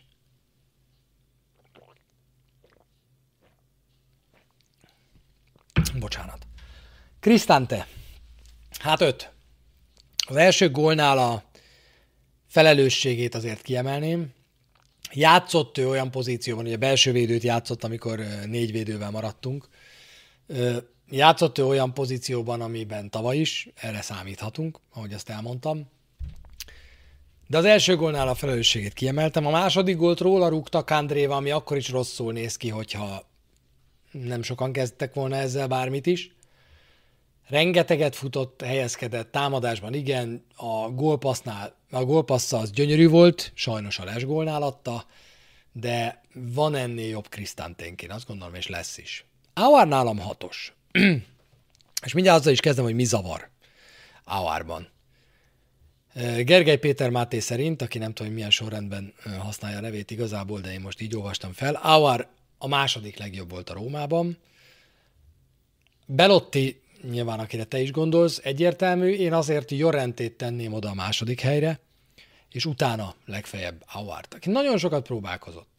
Bocsánat. Cristante. Hát 5. Az első gólnál a felelősségét azért kiemelném. Játszott ő olyan pozícióban, ugye belső védőt játszott, amikor 4 védővel maradtunk. Játszott ő olyan pozícióban, amiben tavaly is, erre számíthatunk, ahogy azt elmondtam. De az első gólnál a felelősségét kiemeltem. A második gólt róla rúgta Kandréva, ami akkor is rosszul néz ki, hogyha nem sokan kezdtek volna ezzel bármit is. Rengeteget futott, helyezkedett, támadásban igen, a gólpassza az gyönyörű volt, sajnos a lesgólnál adta, de van ennél jobb Cristanténk, én azt gondolom, és lesz is. Aouar nálam 6-os. És mindjárt azzal is kezdem, hogy mi zavar Aouarban. Gergely Péter Máté szerint, aki nem tudom, hogy milyen sorrendben használja a nevét igazából, de én most így olvastam fel, Aouar a második legjobb volt a Rómában. Belotti, nyilván akire te is gondolsz, egyértelmű, én azért Llorentét tenném oda a második helyre. és utána legfeljebb Aouart, aki nagyon sokat próbálkozott.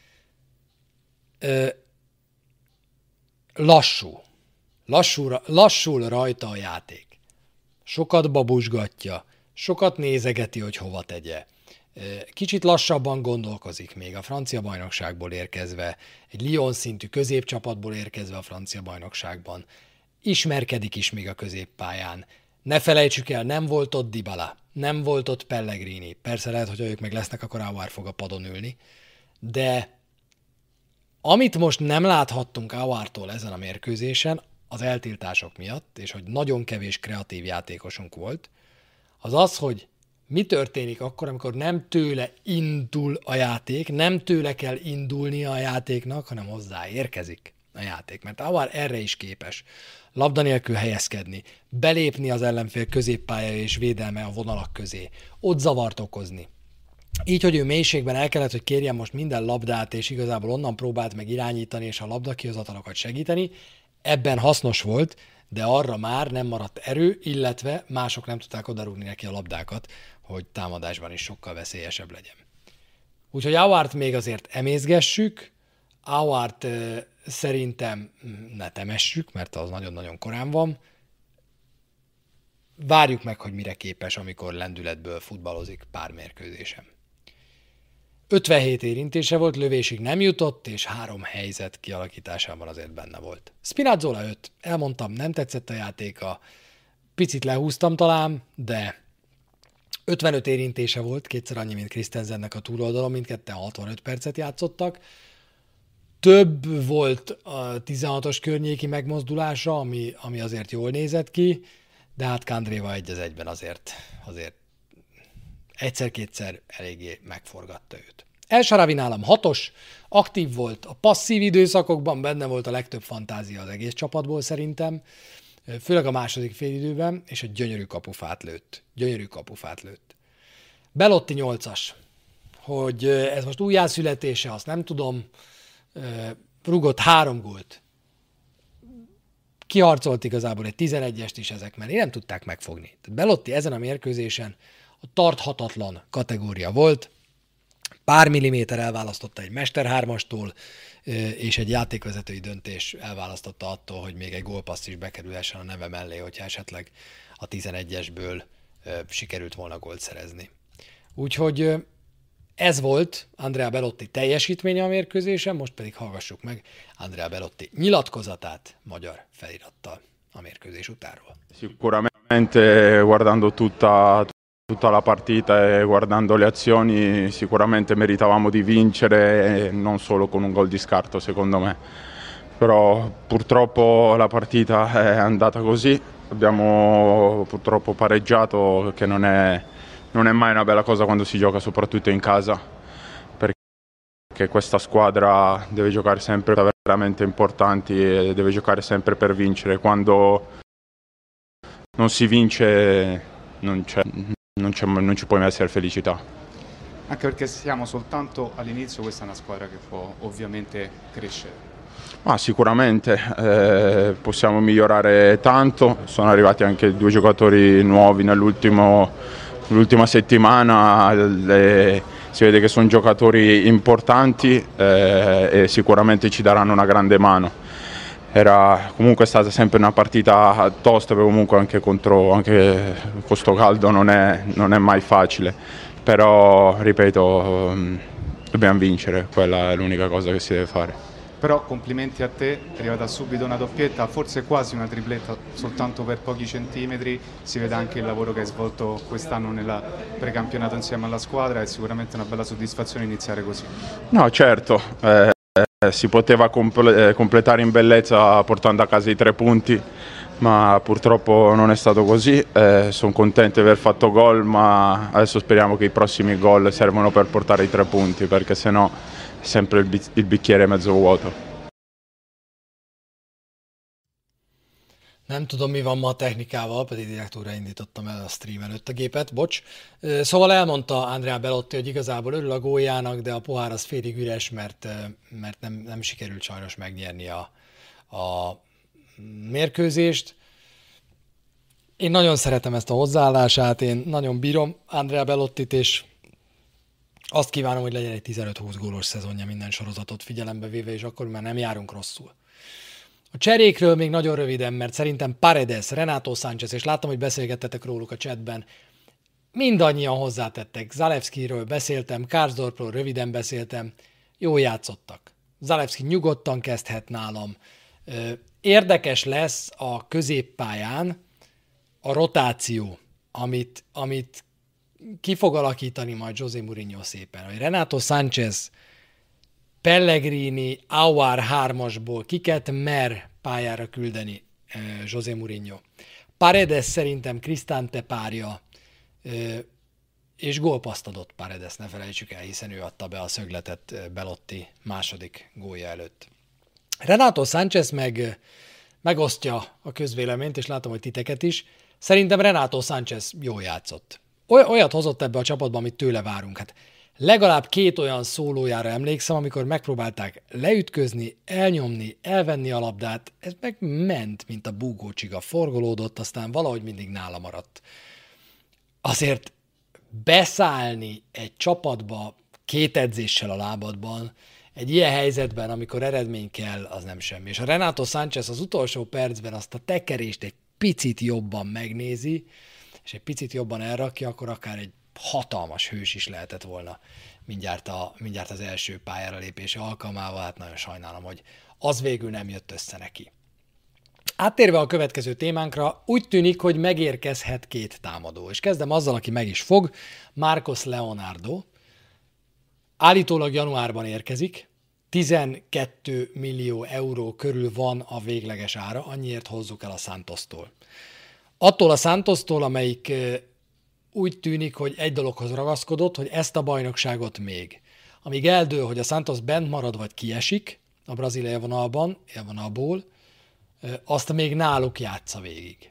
Lassul rajta a játék. Sokat babusgatja, sokat nézegeti, hogy hova tegye. Kicsit lassabban gondolkozik még a francia bajnokságból érkezve, egy Lyon szintű középcsapatból érkezve a francia bajnokságban. Ismerkedik is még a középpályán. Ne felejtsük el, nem volt ott Dybala, nem volt ott Pellegrini. Persze lehet, hogy ők meg lesznek, akkor Aouar fog a padon ülni. De amit most nem láthattunk Aouartól ezen a mérkőzésen, az eltiltások miatt, és hogy nagyon kevés kreatív játékosunk volt, az az, hogy mi történik akkor, amikor nem tőle indul a játék, nem tőle kell indulnia a játéknak, hanem hozzá érkezik a játék. Mert Aouar erre is képes. Labda nélkül helyezkedni, belépni az ellenfél középpályája és védelme a vonalak közé, ott zavart okozni. Így, hogy ő mélységben el kellett, hogy kérjen most minden labdát, és igazából onnan próbált meg irányítani, és a labdakihozatalokat segíteni, ebben hasznos volt, de arra már nem maradt erő, illetve mások nem tudták odarúgni neki a labdákat, hogy támadásban is sokkal veszélyesebb legyen. Úgyhogy Aouart még azért emészgessük, Aouart szerintem ne temessük, mert az nagyon-nagyon korán van. Várjuk meg, hogy mire képes, amikor lendületből futballozik pár mérkőzésen. 57 érintése volt, lövésig nem jutott, és 3 helyzet kialakításában azért benne volt. Spinazzola 5. Elmondtam, nem tetszett a játéka, picit lehúztam talán, de 55 érintése volt, kétszer annyi, mint Christensennek a túloldalon, mindketten 65 percet játszottak. Több volt a 16-os környéki megmozdulása, ami azért jól nézett ki, de hát Kandréva 1-1-ben azért egyszer-kétszer eléggé megforgatta őt. El Sharawi nálam 6-os, aktív volt a passzív időszakokban, benne volt a legtöbb fantázia az egész csapatból szerintem, főleg a második félidőben, és egy gyönyörű kapufát lőtt. Belotti 8-as, hogy ez most újjászületése, azt nem tudom, rugott 3 gólt. Kiharcolt igazából egy 11-est is ezek mellé, nem tudták megfogni. Belotti ezen a mérkőzésen a tarthatatlan kategória volt, pár milliméter elválasztotta egy Mester 3-astól, és egy játékvezetői döntés elválasztotta attól, hogy még egy gólpassz is bekerülhessen a neve mellé, hogyha esetleg a 11-esből sikerült volna gólt szerezni. Úgyhogy ez volt Andrea Belotti teljesítménye a mérkőzésen, most pedig hallgassuk meg Andrea Belotti nyilatkozatát magyar felirattal a mérkőzés utánról.
Sicuramente guardando tutta la partita e guardando le azioni sicuramente meritavamo di vincere, non solo con un gol di scarto secondo me, però purtroppo la partita è andata così, abbiamo purtroppo pareggiato, che non è mai una bella cosa quando si gioca soprattutto in casa, perché questa squadra deve giocare sempre veramente importanti e deve giocare sempre per vincere, quando non si vince non ci può mai essere felicità.
Anche perché siamo soltanto all'inizio, questa è una squadra che può ovviamente crescere.
Ma sicuramente possiamo migliorare tanto, sono arrivati anche 2 giocatori nuovi nell'ultima settimana, si vede che sono giocatori importanti e sicuramente ci daranno una grande mano. Era comunque stata sempre una partita tosta, perché comunque anche con sto caldo non è mai facile, però ripeto, dobbiamo vincere, quella è l'unica cosa che si deve fare.
Però complimenti a te, è arrivata subito una doppietta, forse quasi una tripletta soltanto per pochi centimetri, si vede anche il lavoro che hai svolto quest'anno nel precampionato insieme alla squadra, è sicuramente una bella soddisfazione iniziare così.
No, certo, si poteva completare in bellezza portando a casa i 3 punti, ma purtroppo non è stato così. Sono contento di aver fatto gol, ma adesso speriamo che i prossimi gol servano per portare i 3 punti, perché sennò è sempre il bicchiere mezzo vuoto.
Nem tudom, mi van ma a technikával, pedig direkt újra indítottam el a stream előtt a gépet, bocs. Szóval elmondta Andrea Belotti, hogy igazából örül a góljának, de a pohár az félig üres, mert nem sikerült sajnos megnyerni a mérkőzést. Én nagyon szeretem ezt a hozzáállását, én nagyon bírom Andrea Belottit, és Azt kívánom, hogy legyen egy 15-20 gólos szezonja minden sorozatot figyelembe véve, és akkor már nem járunk rosszul. A cserékről még nagyon röviden, mert szerintem Paredes, Renato Sánchez, és láttam, hogy beszélgettetek róluk a chatben, mindannyian hozzátettek. Zalewskiről beszéltem, Karsdorpról röviden beszéltem, jól játszottak. Zalewski nyugodtan kezdhet nálam. Érdekes lesz a középpályán a rotáció, amit ki fog alakítani majd José Mourinho szépen. Hogy Renato Sánchez, Pellegrini, Aouar 3-asból kiket mer pályára küldeni José Mourinho. Paredes szerintem Cristante párja, és gólpaszt adott Paredes, ne felejtsük el, hiszen ő adta be a szögletet Belotti második gólja előtt. Renato Sánchez megosztja a közvéleményt, és látom, hogy titeket is. Szerintem Renato Sánchez jól játszott. Olyat hozott ebbe a csapatba, amit tőle várunk. Hát legalább 2 olyan szólójára emlékszem, amikor megpróbálták leütközni, elnyomni, elvenni a labdát. Ez meg ment, mint a búgócsiga, forgolódott, aztán valahogy mindig nála maradt. Azért beszállni egy csapatba 2 edzéssel a lábadban, egy ilyen helyzetben, amikor eredmény kell, az nem semmi. És a Renato Sánchez az utolsó percben azt a tekerést egy picit jobban megnézi, és egy picit jobban elrakja, akkor akár egy hatalmas hős is lehetett volna mindjárt az első pályára lépése alkalmával. Hát nagyon sajnálom, hogy az végül nem jött össze neki. Áttérve a következő témánkra, úgy tűnik, hogy megérkezhet 2 támadó. És kezdem azzal, aki meg is fog, Marcos Leonardo. Állítólag januárban érkezik, 12 millió euró körül van a végleges ára, annyiért hozzuk el a Santostól. Attól a Santostól, amelyik úgy tűnik, hogy egy dologhoz ragaszkodott, hogy ezt a bajnokságot még. Amíg eldől, hogy a Santos bent marad vagy kiesik a brazil élvonalból, azt még náluk játsza végig.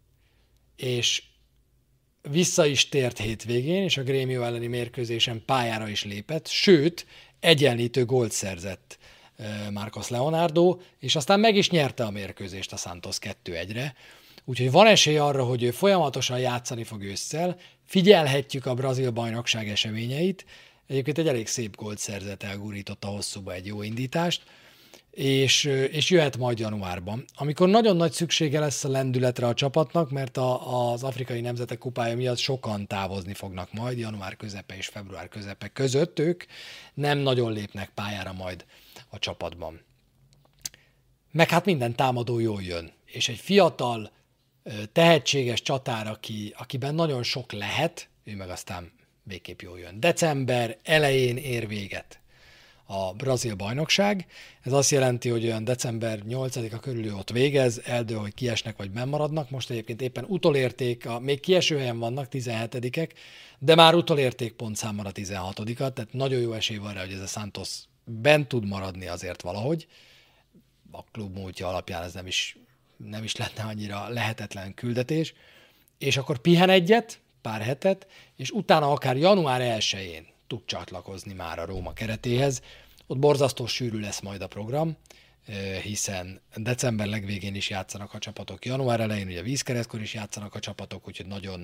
És vissza is tért hétvégén, és a Grêmio elleni mérkőzésen pályára is lépett, sőt, egyenlítő gólt szerzett Marcos Leonardo, és aztán meg is nyerte a mérkőzést a Santos 2-1-re. Úgyhogy van esély arra, hogy ő folyamatosan játszani fog ősszel, figyelhetjük a brazil bajnokság eseményeit, egyébként egy elég szép gólt szerzett, elgurított a hosszúba egy jó indítást, és jöhet majd januárban, amikor nagyon nagy szüksége lesz a lendületre a csapatnak, mert az Afrikai Nemzetek Kupája miatt sokan távozni fognak majd, január közepe és február közepe között ők nem nagyon lépnek pályára majd a csapatban. Meg hát minden támadó jól jön, és egy fiatal, tehetséges csatár, akiben nagyon sok lehet, ő meg aztán végképp jól jön. December elején ér véget a brazil bajnokság. Ez azt jelenti, hogy olyan december 8-a körül ott végez, eldől, hogy kiesnek vagy bennmaradnak. Most egyébként éppen utolérték, még kieső helyen vannak, 17-ek, de már utolérték pontszámmal a 16-at, tehát nagyon jó esély van rá, hogy ez a Santos bent tud maradni azért valahogy. A klub múltja alapján ez nem is lenne annyira lehetetlen küldetés. És akkor pihen egyet, pár hetet, és utána akár január 1-én tud csatlakozni már a Róma keretéhez. Ott borzasztó sűrű lesz majd a program, hiszen december legvégén is játszanak a csapatok, január elején ugye vízkeresztkor is játszanak a csapatok, úgyhogy nagyon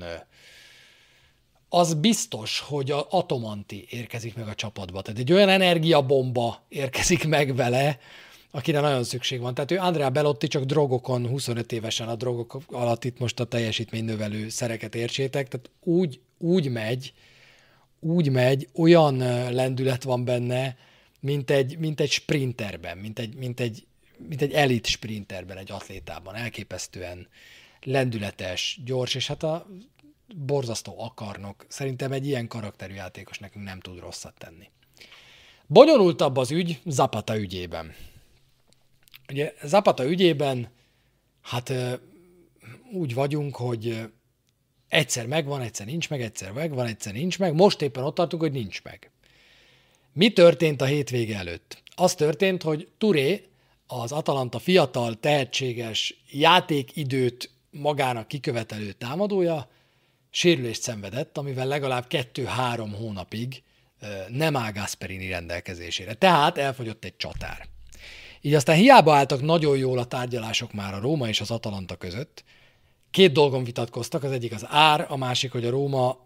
az biztos, hogy a Atomanti érkezik meg a csapatba. Tehát egy olyan energiabomba érkezik meg vele, akire nagyon szükség van. Tehát ő Andrea Belotti csak drogokon, 25 évesen a drogok alatt itt most a teljesítménynövelő szereket értsétek, tehát úgy megy, olyan lendület van benne, mint egy sprinterben, mint egy elit sprinterben, egy atlétában. Elképesztően lendületes, gyors, és hát a borzasztó akarnok. Szerintem egy ilyen karakterű játékos nekünk nem tud rosszat tenni. Bonyolultabb az ügy Zapata ügyében. Ugye Zapata ügyében hát úgy vagyunk, hogy egyszer megvan, egyszer nincs meg, egyszer megvan, egyszer nincs meg. Most éppen ott tartunk, hogy nincs meg. Mi történt a hétvége előtt? Az történt, hogy Touré, az Atalanta fiatal, tehetséges, játékidőt magának kikövetelő támadója sérülést szenvedett, amivel legalább 2-3 hónapig nem áll Gasperini rendelkezésére. Tehát elfogyott egy csatár. Így aztán hiába álltak nagyon jól a tárgyalások már a Róma és az Atalanta között. 2 dolgon vitatkoztak, az egyik az ár, a másik, hogy a Róma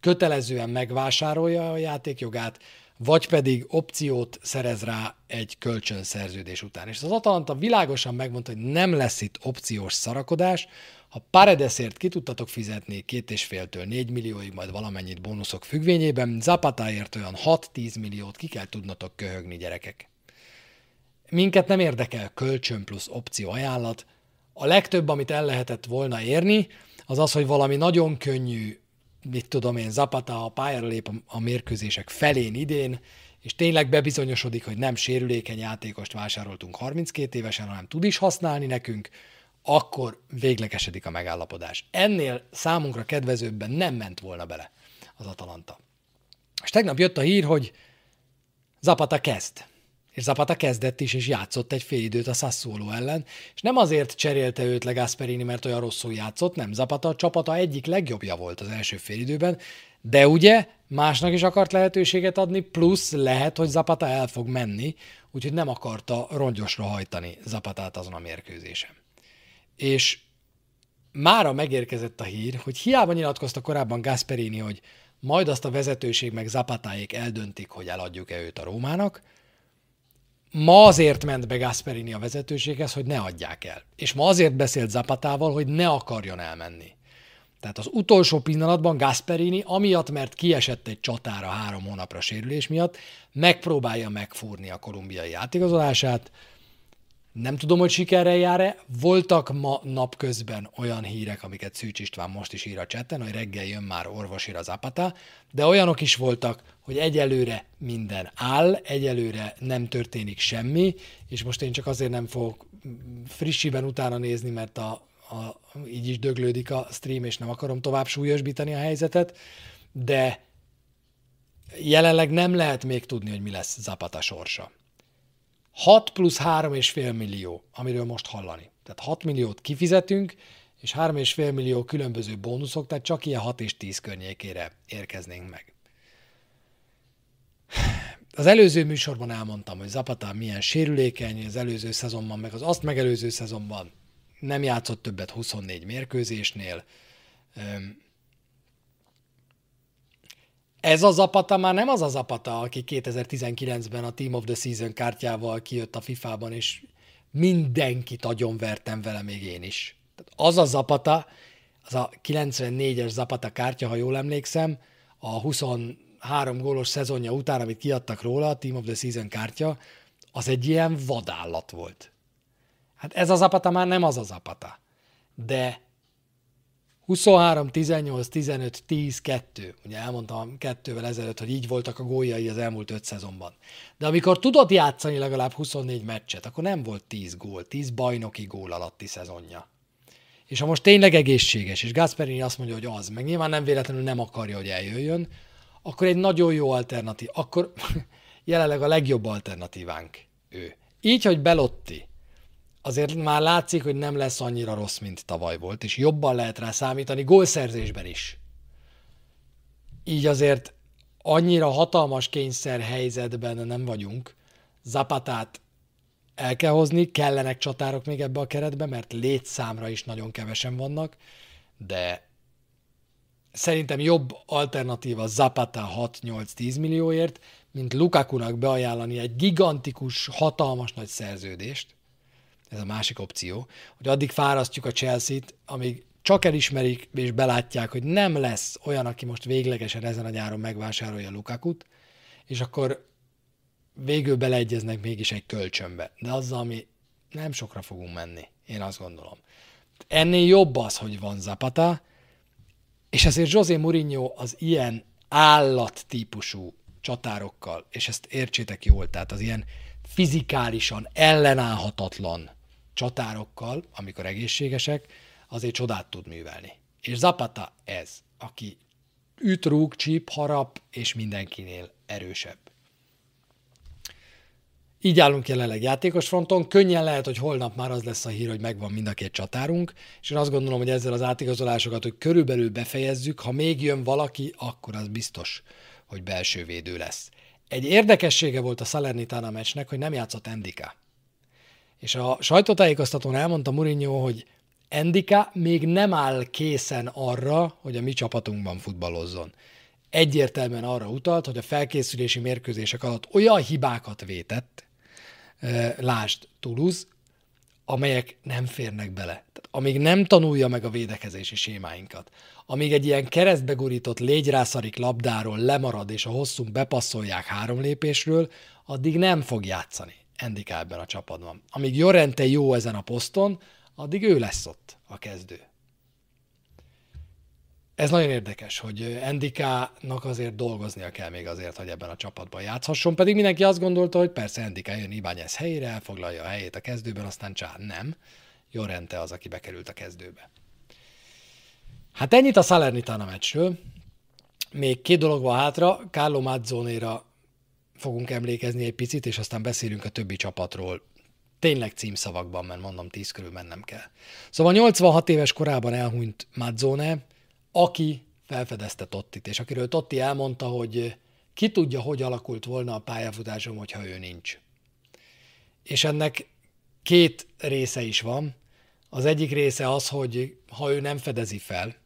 kötelezően megvásárolja a játékjogát, vagy pedig opciót szerez rá egy kölcsönszerződés után. És az Atalanta világosan megmondta, hogy nem lesz itt opciós szarakodás. Ha Paredesért ki tudtatok fizetni 2,5-től 4 millióig, majd valamennyit bónuszok függvényében, Zapatáért olyan 6-10 milliót ki kell tudnatok köhögni, gyerekek. Minket nem érdekel kölcsön plusz opció ajánlat. A legtöbb, amit el lehetett volna érni, az az, hogy valami nagyon könnyű, mit tudom én, Zapata a pályára lép a mérkőzések felén idén, és tényleg bebizonyosodik, hogy nem sérülékeny játékost vásároltunk 32 évesen, hanem tud is használni nekünk, akkor véglegesedik a megállapodás. Ennél számunkra kedvezőbben nem ment volna bele az Atalanta. És tegnap jött a hír, hogy Zapata kezd. És Zapata kezdett is, és játszott egy fél időt a Sassuolo ellen, és nem azért cserélte őt le Gasperini, mert olyan rosszul játszott, nem, Zapata a csapata egyik legjobbja volt az első fél időben, de ugye másnak is akart lehetőséget adni, plusz lehet, hogy Zapata el fog menni, úgyhogy nem akarta rongyosra hajtani Zapatát azon a mérkőzésen. És mára megérkezett a hír, hogy hiába nyilatkozta korábban Gasperini, hogy majd azt a vezetőség meg Zapatáék eldöntik, hogy eladjuk-e őt a Rómának, ma azért ment be Gasperini a vezetőséghez, hogy ne adják el. És ma azért beszélt Zapatával, hogy ne akarjon elmenni. Tehát az utolsó pillanatban Gasperini, amiatt, mert kiesett egy csatára 3 hónapra sérülés miatt, megpróbálja megfúrni a kolumbiai átigazolását. Nem tudom, hogy sikerrel jár-e. Voltak ma napközben olyan hírek, amiket Szűcs István most is ír a chatten, hogy reggel jön már orvosira Zapata, de olyanok is voltak, hogy egyelőre minden áll, egyelőre nem történik semmi, és most én csak azért nem fogok frissiben utána nézni, mert így is döglődik a stream, és nem akarom tovább súlyosbítani a helyzetet, de jelenleg nem lehet még tudni, hogy mi lesz Zapata sorsa. 6 plusz 3,5 millió, amiről most hallani. Tehát 6 milliót kifizetünk, és 3,5 millió különböző bónuszok, tehát csak ilyen 6 és 10 környékére érkeznénk meg. Az előző műsorban elmondtam, hogy Zapata milyen sérülékeny, az előző szezonban, meg az azt megelőző szezonban nem játszott többet 24 mérkőzésnél. Ez a Zapata már nem az a Zapata, aki 2019-ben a Team of the Season kártyával kijött a FIFA-ban, és mindenkit agyonvertem vele, még én is. Tehát az a Zapata, az a 94-es Zapata kártya, ha jól emlékszem, a 23 gólos szezonja után, amit kiadtak róla, a Team of the Season kártya, az egy ilyen vadállat volt. Hát ez a Zapata már nem az a Zapata. De 23, 18, 15, 10, 2. Ugye elmondtam 2-vel ezelőtt, hogy így voltak a góljai az elmúlt 5 szezonban. De amikor tudott játszani legalább 24 meccset, akkor nem volt 10 gól, 10 bajnoki gól alatti szezonja. És ha most tényleg egészséges, és Gasperini azt mondja, hogy az, meg nyilván nem véletlenül nem akarja, hogy eljöjjön, akkor egy nagyon jó alternatív, akkor jelenleg a legjobb alternatívánk ő. Így, hogy Belotti, azért már látszik, hogy nem lesz annyira rossz, mint tavaly volt, és jobban lehet rá számítani gólszerzésben is. Így azért annyira hatalmas kényszer helyzetben nem vagyunk. Zapatát el kell hozni, kellenek csatárok még ebbe a keretbe, mert létszámra is nagyon kevesen vannak, de szerintem jobb alternatíva Zapata 6-8-10 millióért, mint Lukakunak beajánlani egy gigantikus, hatalmas nagy szerződést. Ez a másik opció, hogy addig fárasztjuk a Chelsea-t, amíg csak elismerik és belátják, hogy nem lesz olyan, aki most véglegesen ezen a nyáron megvásárolja Lukakut, és akkor végül beleegyeznek mégis egy kölcsönbe. De azzal, ami nem sokra fogunk menni, én azt gondolom. Ennél jobb az, hogy van Zapata, és ezért José Mourinho az ilyen állattípusú csatárokkal, és ezt értsétek jól, tehát az ilyen fizikálisan ellenállhatatlan csatárokkal, amikor egészségesek, azért csodát tud művelni. És Zapata ez, aki üt, rúg, csíp, harap, és mindenkinél erősebb. Így állunk jelenleg játékos fronton. Könnyen lehet, hogy holnap már az lesz a hír, hogy megvan mind a két csatárunk, és én azt gondolom, hogy ezzel az átigazolásokat, hogy körülbelül befejezzük, ha még jön valaki, akkor az biztos, hogy belső védő lesz. Egy érdekessége volt a Salernitana meccsnek, hogy nem játszott Endika. És a sajtótájékoztatón elmondta Mourinho, hogy Endika még nem áll készen arra, hogy a mi csapatunkban futballozzon. egyértelműen arra utalt, hogy a felkészülési mérkőzések alatt olyan hibákat vétett, lásd Toulouse, amelyek nem férnek bele. Tehát amíg nem tanulja meg a védekezési sémáinkat, amíg egy ilyen keresztbe gurított légyrászarik labdáról lemarad, és a hosszunk bepasszolják 3 lépésről, addig nem fog játszani Endika ebben a csapatban. Amíg Llorente jó ezen a poszton, addig ő lesz ott a kezdő. Ez nagyon érdekes, hogy Endikának azért dolgoznia kell még azért, hogy ebben a csapatban játszhasson, pedig mindenki azt gondolta, hogy persze Endika jön Ibáñez helyére, elfoglalja a helyét a kezdőben, aztán csán nem. Llorente az, aki bekerült a kezdőbe. Hát ennyit a Salernitana meccsről. Még 2 dolog van hátra, Carlo Mazzonéra fogunk emlékezni egy picit, és aztán beszélünk a többi csapatról. Tényleg címszavakban, mert mondom, 10 körül mennem kell. Szóval 86 éves korában elhunyt Mazzone, aki felfedezte Tottit, és akiről Totti elmondta, hogy ki tudja, hogy alakult volna a pályafutásom, hogyha ő nincs. És ennek 2 része is van. Az egyik része az, hogy ha ő nem fedezi fel,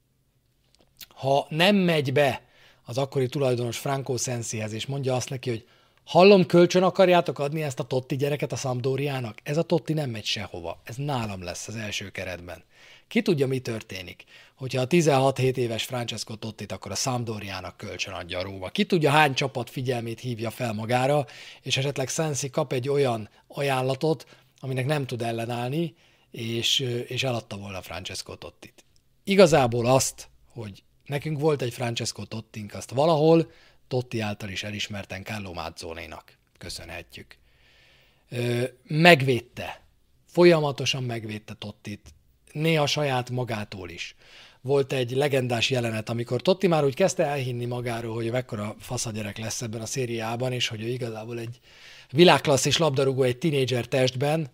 ha nem megy be az akkori tulajdonos Franco Sensihez, és mondja azt neki, hogy hallom, kölcsön akarjátok adni ezt a Totti gyereket a Sampdoriának? Ez a Totti nem megy sehova. Ez nálam lesz az első keretben. Ki tudja, mi történik, hogyha a 16-7 éves Francesco Tottit akkor a Sampdoriának kölcsön adja a Róma. Ki tudja, hány csapat figyelmét hívja fel magára, és esetleg Sensi kap egy olyan ajánlatot, aminek nem tud ellenállni, és eladta volna Francesco Tottit. Igazából azt, hogy nekünk volt egy Francesco Tottink, azt valahol Totti által is elismerten Carlo Mazzonénak köszönhetjük. Megvédte, folyamatosan megvédte Tottit, néha saját magától is. Volt egy legendás jelenet, amikor Totti már úgy kezdte elhinni magáról, hogy mekkora faszagyerek lesz ebben a szériában, és hogy ő igazából egy világklasszis labdarúgó egy tinédzser testben,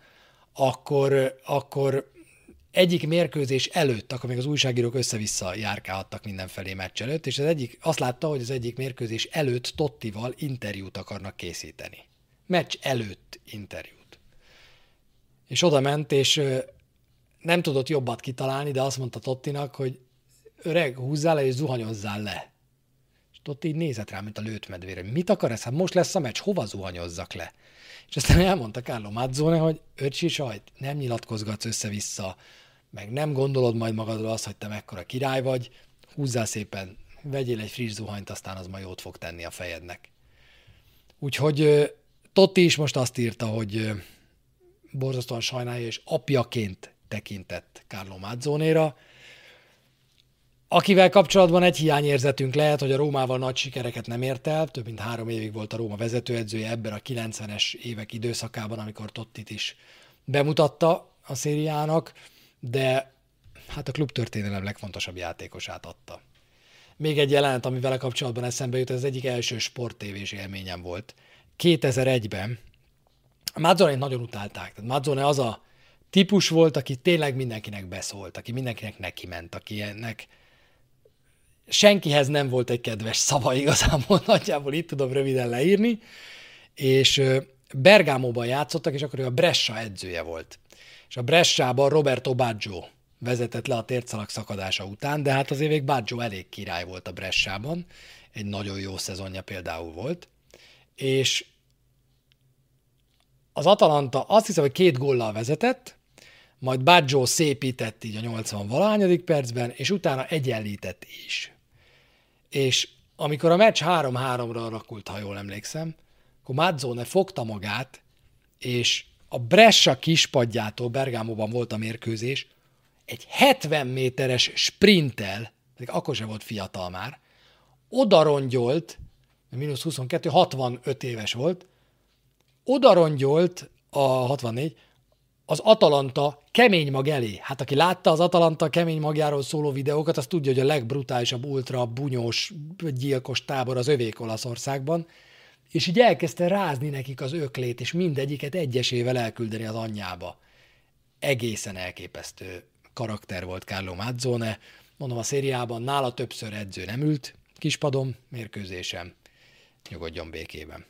akkor egyik mérkőzés előtt, akkor még az újságírók össze-vissza járkálhattak mindenfelé meccs előtt, és azt látta, hogy az egyik mérkőzés előtt Tottival interjút akarnak készíteni. Meccs előtt interjút. És oda ment, és nem tudott jobbat kitalálni, de azt mondta Tottinak, hogy öreg, húzzál le és zuhanyozzál le. És Totti így nézett rá, mint a lőtt medvére. Mit akar ez? Hát most lesz a meccs, hova zuhanyozzak le? És aztán elmondta Carlo Mazzone, hogy öcsi sajt, nem nyilatkozgatsz össze-vissza, meg nem gondolod majd magadról azt, hogy te mekkora király vagy, húzzál szépen, vegyél egy friss zuhanyt, aztán az majd jót fog tenni a fejednek. Úgyhogy Totti is most azt írta, hogy borzasztóan sajnálja, és apjaként tekintett Carlo Mazzonéra, akivel kapcsolatban egy hiányérzetünk lehet, hogy a Rómával nagy sikereket nem ért el, több mint 3 évig volt a Róma vezetőedzője ebben a 90-es évek időszakában, amikor Tottit is bemutatta a szériának, de hát a klubtörténelem legfontosabb játékosát adta. Még egy jelenet, ami vele kapcsolatban eszembe jut, ez az egyik első sporttévés élményem volt. 2001-ben Mazzonét nagyon utálták. Tehát Mazzone az a típus volt, aki tényleg mindenkinek beszólt, aki mindenkinek neki ment, akinek senkihez nem volt egy kedves szava igazából, nagyjából itt tudom röviden leírni, és Bergámóban játszottak, és akkor ő a Brescia edzője volt. És a Bresciában Roberto Baggio vezetett le a térdszalag szakadása után, de hát azért még Baggio elég király volt a Bresciában, egy nagyon jó szezonja például volt, és az Atalanta azt hiszem, hogy 2 góllal vezetett, majd Baggio szépített így a 80-valahányadik percben, és utána egyenlített is. És amikor a meccs 3-3-ra alakult, ha jól emlékszem, akkor Mazzone fogta magát, és a Brescia kispadjától, Bergámóban volt a mérkőzés, egy 70 méteres sprinttel, pedig akkor sem volt fiatal már, odarongyolt, -22, 65 éves volt, odarongyolt a 64, az Atalanta kemény mag elé. Hát aki látta az Atalanta kemény magjáról szóló videókat, az tudja, hogy a legbrutálisabb, ultra bunyós, gyilkos tábor az övék Olaszországban, és így elkezdte rázni nekik az öklét, és mindegyiket egyesével elküldeni az anyjába. Egészen elképesztő karakter volt Carlo Mazzone. Mondom, a szériában nála többször edző nem ült, kispadom, mérkőzésem, nyugodjon békében.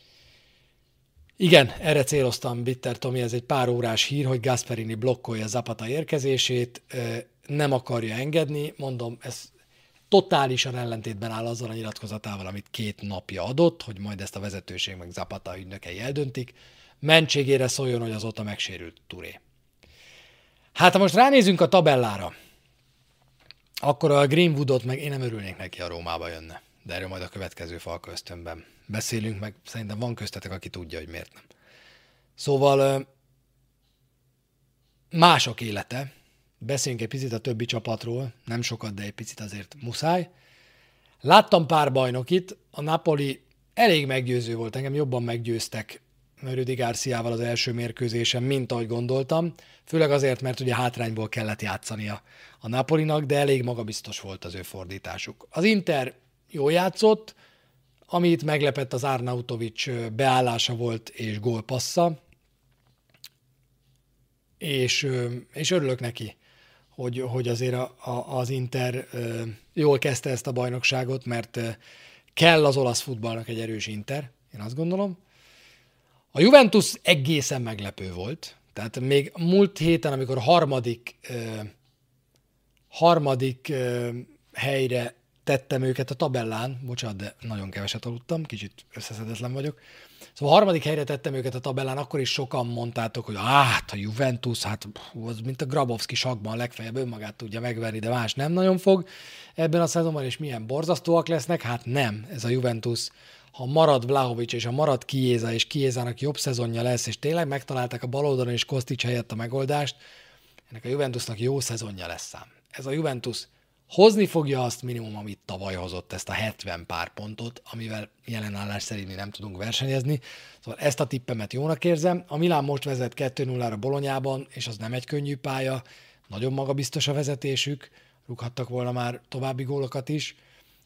Igen, erre céloztam, Bitter Tomi, ez egy pár órás hír, hogy Gasperini blokkolja Zapata érkezését, nem akarja engedni, mondom, ez totálisan ellentétben áll azzal a nyilatkozatával, amit 2 napja adott, hogy majd ezt a vezetőség meg Zapata ügynökei eldöntik. Mentségére szóljon, hogy azóta megsérült Touré. Hát ha most ránézünk a tabellára, akkor a Greenwoodot meg én nem örülnék neki, a Rómába jönne. De erről majd a következő Falka ösztönben beszélünk, meg szerintem van köztetek, aki tudja, hogy miért nem. Szóval mások élete. Beszéljünk egy picit a többi csapatról, nem sokat, de egy picit azért muszáj. Láttam pár bajnokit, a Napoli elég meggyőző volt, engem jobban meggyőztek Rüdi Garciával az első mérkőzésen, mint ahogy gondoltam, főleg azért, mert ugye hátrányból kellett játszania a Napolinak, de elég magabiztos volt az ő fordításuk. Az Inter jól játszott, amit meglepett az Arnautovic beállása volt és gólpassza, és örülök neki, hogy azért az Inter jól kezdte ezt a bajnokságot, mert kell az olasz futballnak egy erős Inter, én azt gondolom. A Juventus egészen meglepő volt, tehát még múlt héten, amikor harmadik helyre tettem őket a tabellán, bocsánat, de nagyon keveset aludtam, kicsit összeszedetlen vagyok. Szóval a 3. helyre tettem őket a tabellán, akkor is sokan mondtátok, hogy a Juventus, az mint a Grabowski sakban, legfeljebb önmagát tudja megverni, de más nem nagyon fog ebben a szezonban, és milyen borzasztóak lesznek, hát nem, ez a Juventus, ha marad Vlahovic és ha marad Chiesa, és Chiesának jobb szezonja lesz, és tényleg megtalálták a bal oldalon és Kostic helyett a megoldást, ennek a Juventusnak jó szezonja lesz szám. Ez a Juventus hozni fogja azt minimum, amit tavaly hozott, ezt a 70 pár pontot, amivel jelen állás szerint mi nem tudunk versenyezni. Szóval ezt a tippemet jónak érzem. A Milán most vezet 2-0-ra Bolonyában, és az nem egy könnyű pálya. Nagyon magabiztos a vezetésük. Rúghattak volna már további gólokat is.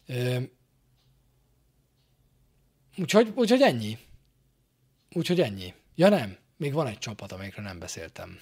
Úgyhogy ennyi. Úgyhogy ennyi. Ja nem, még van egy csapat, amelyikről nem beszéltem.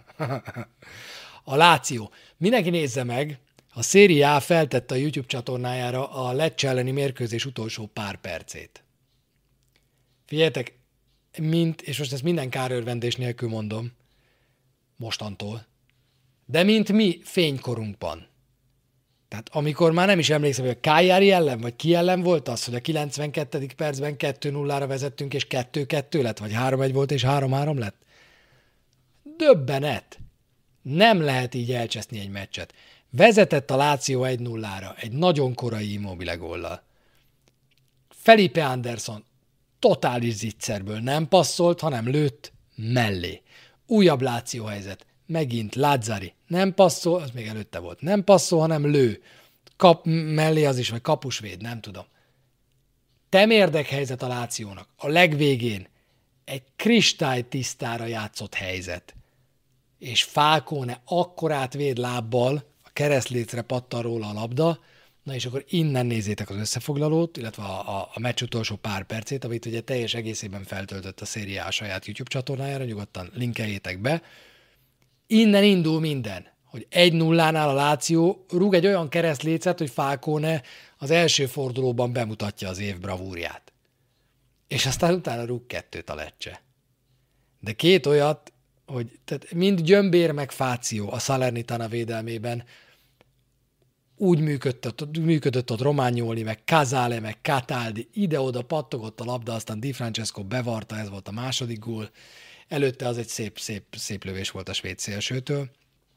A Lazio. Mindenki nézze meg, a Serie A feltette a YouTube csatornájára a Lecce elleni mérkőzés utolsó pár percét. Figyeljetek, és most ezt minden kárőrvendés nélkül mondom, mostantól, de mint mi fénykorunkban. Tehát amikor már nem is emlékszem, hogy a Cagliari ellen, vagy ki ellen volt az, hogy a 92. percben 2-0-ra vezettünk, és 2-2 lett, vagy 3-1 volt, és 3-3 lett. Döbbenet! Nem lehet így elcseszni egy meccset. Vezetett a Lazio 1-0-ra, egy nagyon korai Immobile góllal. Felipe Anderson totális zicserből nem passzolt, hanem lőtt mellé. Újabb Lazio helyzet. Megint Lazzari nem passzol, az még előtte volt. Nem passzol, hanem lő. Kap mellé az is, vagy kapusvéd, nem tudom. Temérdek helyzet a Lációnak. A legvégén egy kristálytisztára játszott helyzet. És Falcone akkorát véd lábbal, a keresztlécre pattan róla a labda, na és akkor innen nézzétek az összefoglalót, illetve a meccs utolsó pár percét, amit ugye teljes egészében feltöltött a Serie A saját YouTube csatornájára, nyugodtan linkeljétek be. Innen indul minden, hogy 1-0-nál a Lazio rúg egy olyan keresztlécet, hogy Falcone az első fordulóban bemutatja az év bravúrját. És aztán utána rúg 2 a Lecce. De 2 olyat, hogy tehát mind Gyömbér meg Fáció a Salernitana védelmében úgy működött ott Romagnoli, meg Casale, meg Cataldi, ide-oda pattogott a labda, aztán Di Francesco bevarta, ez volt a második gól. Előtte az egy szép lövés volt a svéd szélsőtől.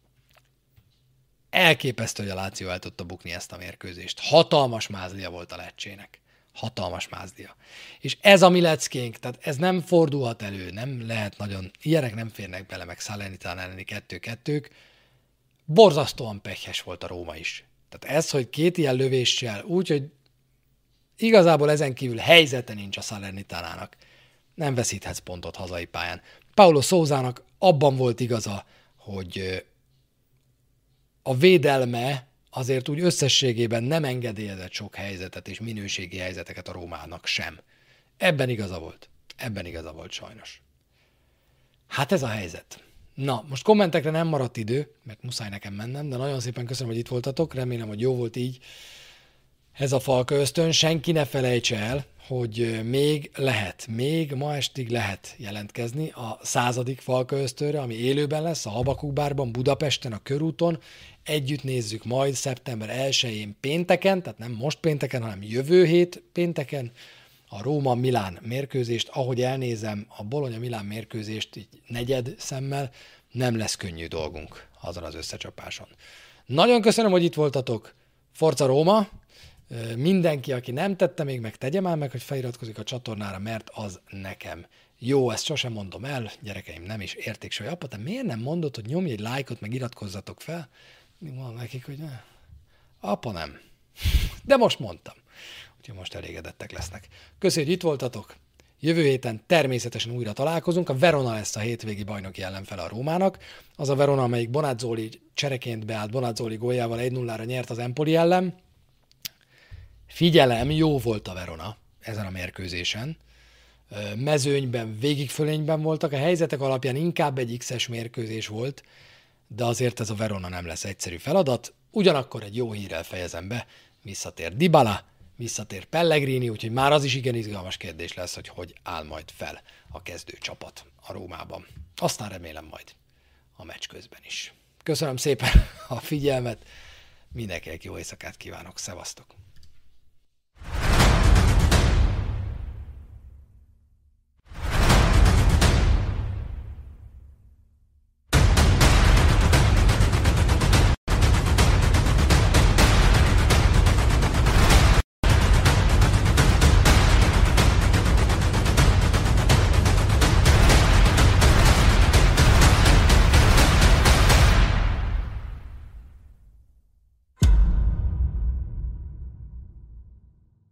Elképesztő, hogy a Lazio el tudta bukni ezt a mérkőzést. Hatalmas mázlia volt a Lecce-nek. Hatalmas mázlia. És ez a mi leckénk, tehát ez nem fordulhat elő, nem lehet nagyon, ilyenek nem férnek bele, meg Salernitana elleni 2-2-k. Borzasztóan pekhes volt a Róma is. Tehát ez, hogy 2 ilyen lövéssel, úgyhogy igazából ezen kívül helyzete nincs a Salernitánának. Nem veszíthetsz pontot hazai pályán. Paulo Sousának abban volt igaza, hogy a védelme azért úgy összességében nem engedélyezett sok helyzetet és minőségi helyzeteket a Rómának sem. Ebben igaza volt. Ebben igaza volt sajnos. Hát ez a helyzet. Na, most kommentekre nem maradt idő, mert muszáj nekem mennem, de nagyon szépen köszönöm, hogy itt voltatok, remélem, hogy jó volt így. Ez a Falka ösztön, senki ne felejtse el, hogy még ma estig lehet jelentkezni a 100. Falka Ösztönre, ami élőben lesz a Habakuk Bárban, Budapesten, a Körúton. Együtt nézzük majd szeptember 1-én pénteken, tehát nem most pénteken, hanem jövő hét pénteken a Róma-Milán mérkőzést. Ahogy elnézem a Bologna-Milán mérkőzést így negyed szemmel, nem lesz könnyű dolgunk azon az összecsapáson. Nagyon köszönöm, hogy itt voltatok. Forza Róma! Mindenki, aki nem tette még meg, tegye már meg, hogy feliratkozik a csatornára, mert az nekem jó, ezt sosem mondom el, gyerekeim nem is érték soha. Apa, te miért nem mondod, hogy nyomj egy lájkot, meg iratkozzatok fel? Mondom nekik, hogy ne. Apa, nem. De most mondtam. Úgyhogy most elégedettek lesznek. Köszönjük, hogy itt voltatok. Jövő héten természetesen újra találkozunk. A Verona lesz a hétvégi bajnoki ellenfele a Rómának. Az a Verona, amelyik Bonazzoli csereként beállt, Bonazzoli góljával 1-0-ra nyert az Empoli ellen. Figyelem, jó volt a Verona ezen a mérkőzésen. Mezőnyben, végigfölényben voltak. A helyzetek alapján inkább egy X-es mérkőzés volt, de azért ez a Verona nem lesz egyszerű feladat. Ugyanakkor egy jó hírrel fejezem be. Visszatér Dybala, visszatér Pellegrini, úgyhogy már az is igen izgalmas kérdés lesz, hogy áll majd fel a kezdő csapat a Rómában. Aztán remélem majd a meccs közben is. Köszönöm szépen a figyelmet, mindenkinek jó éjszakát kívánok, szevasztok!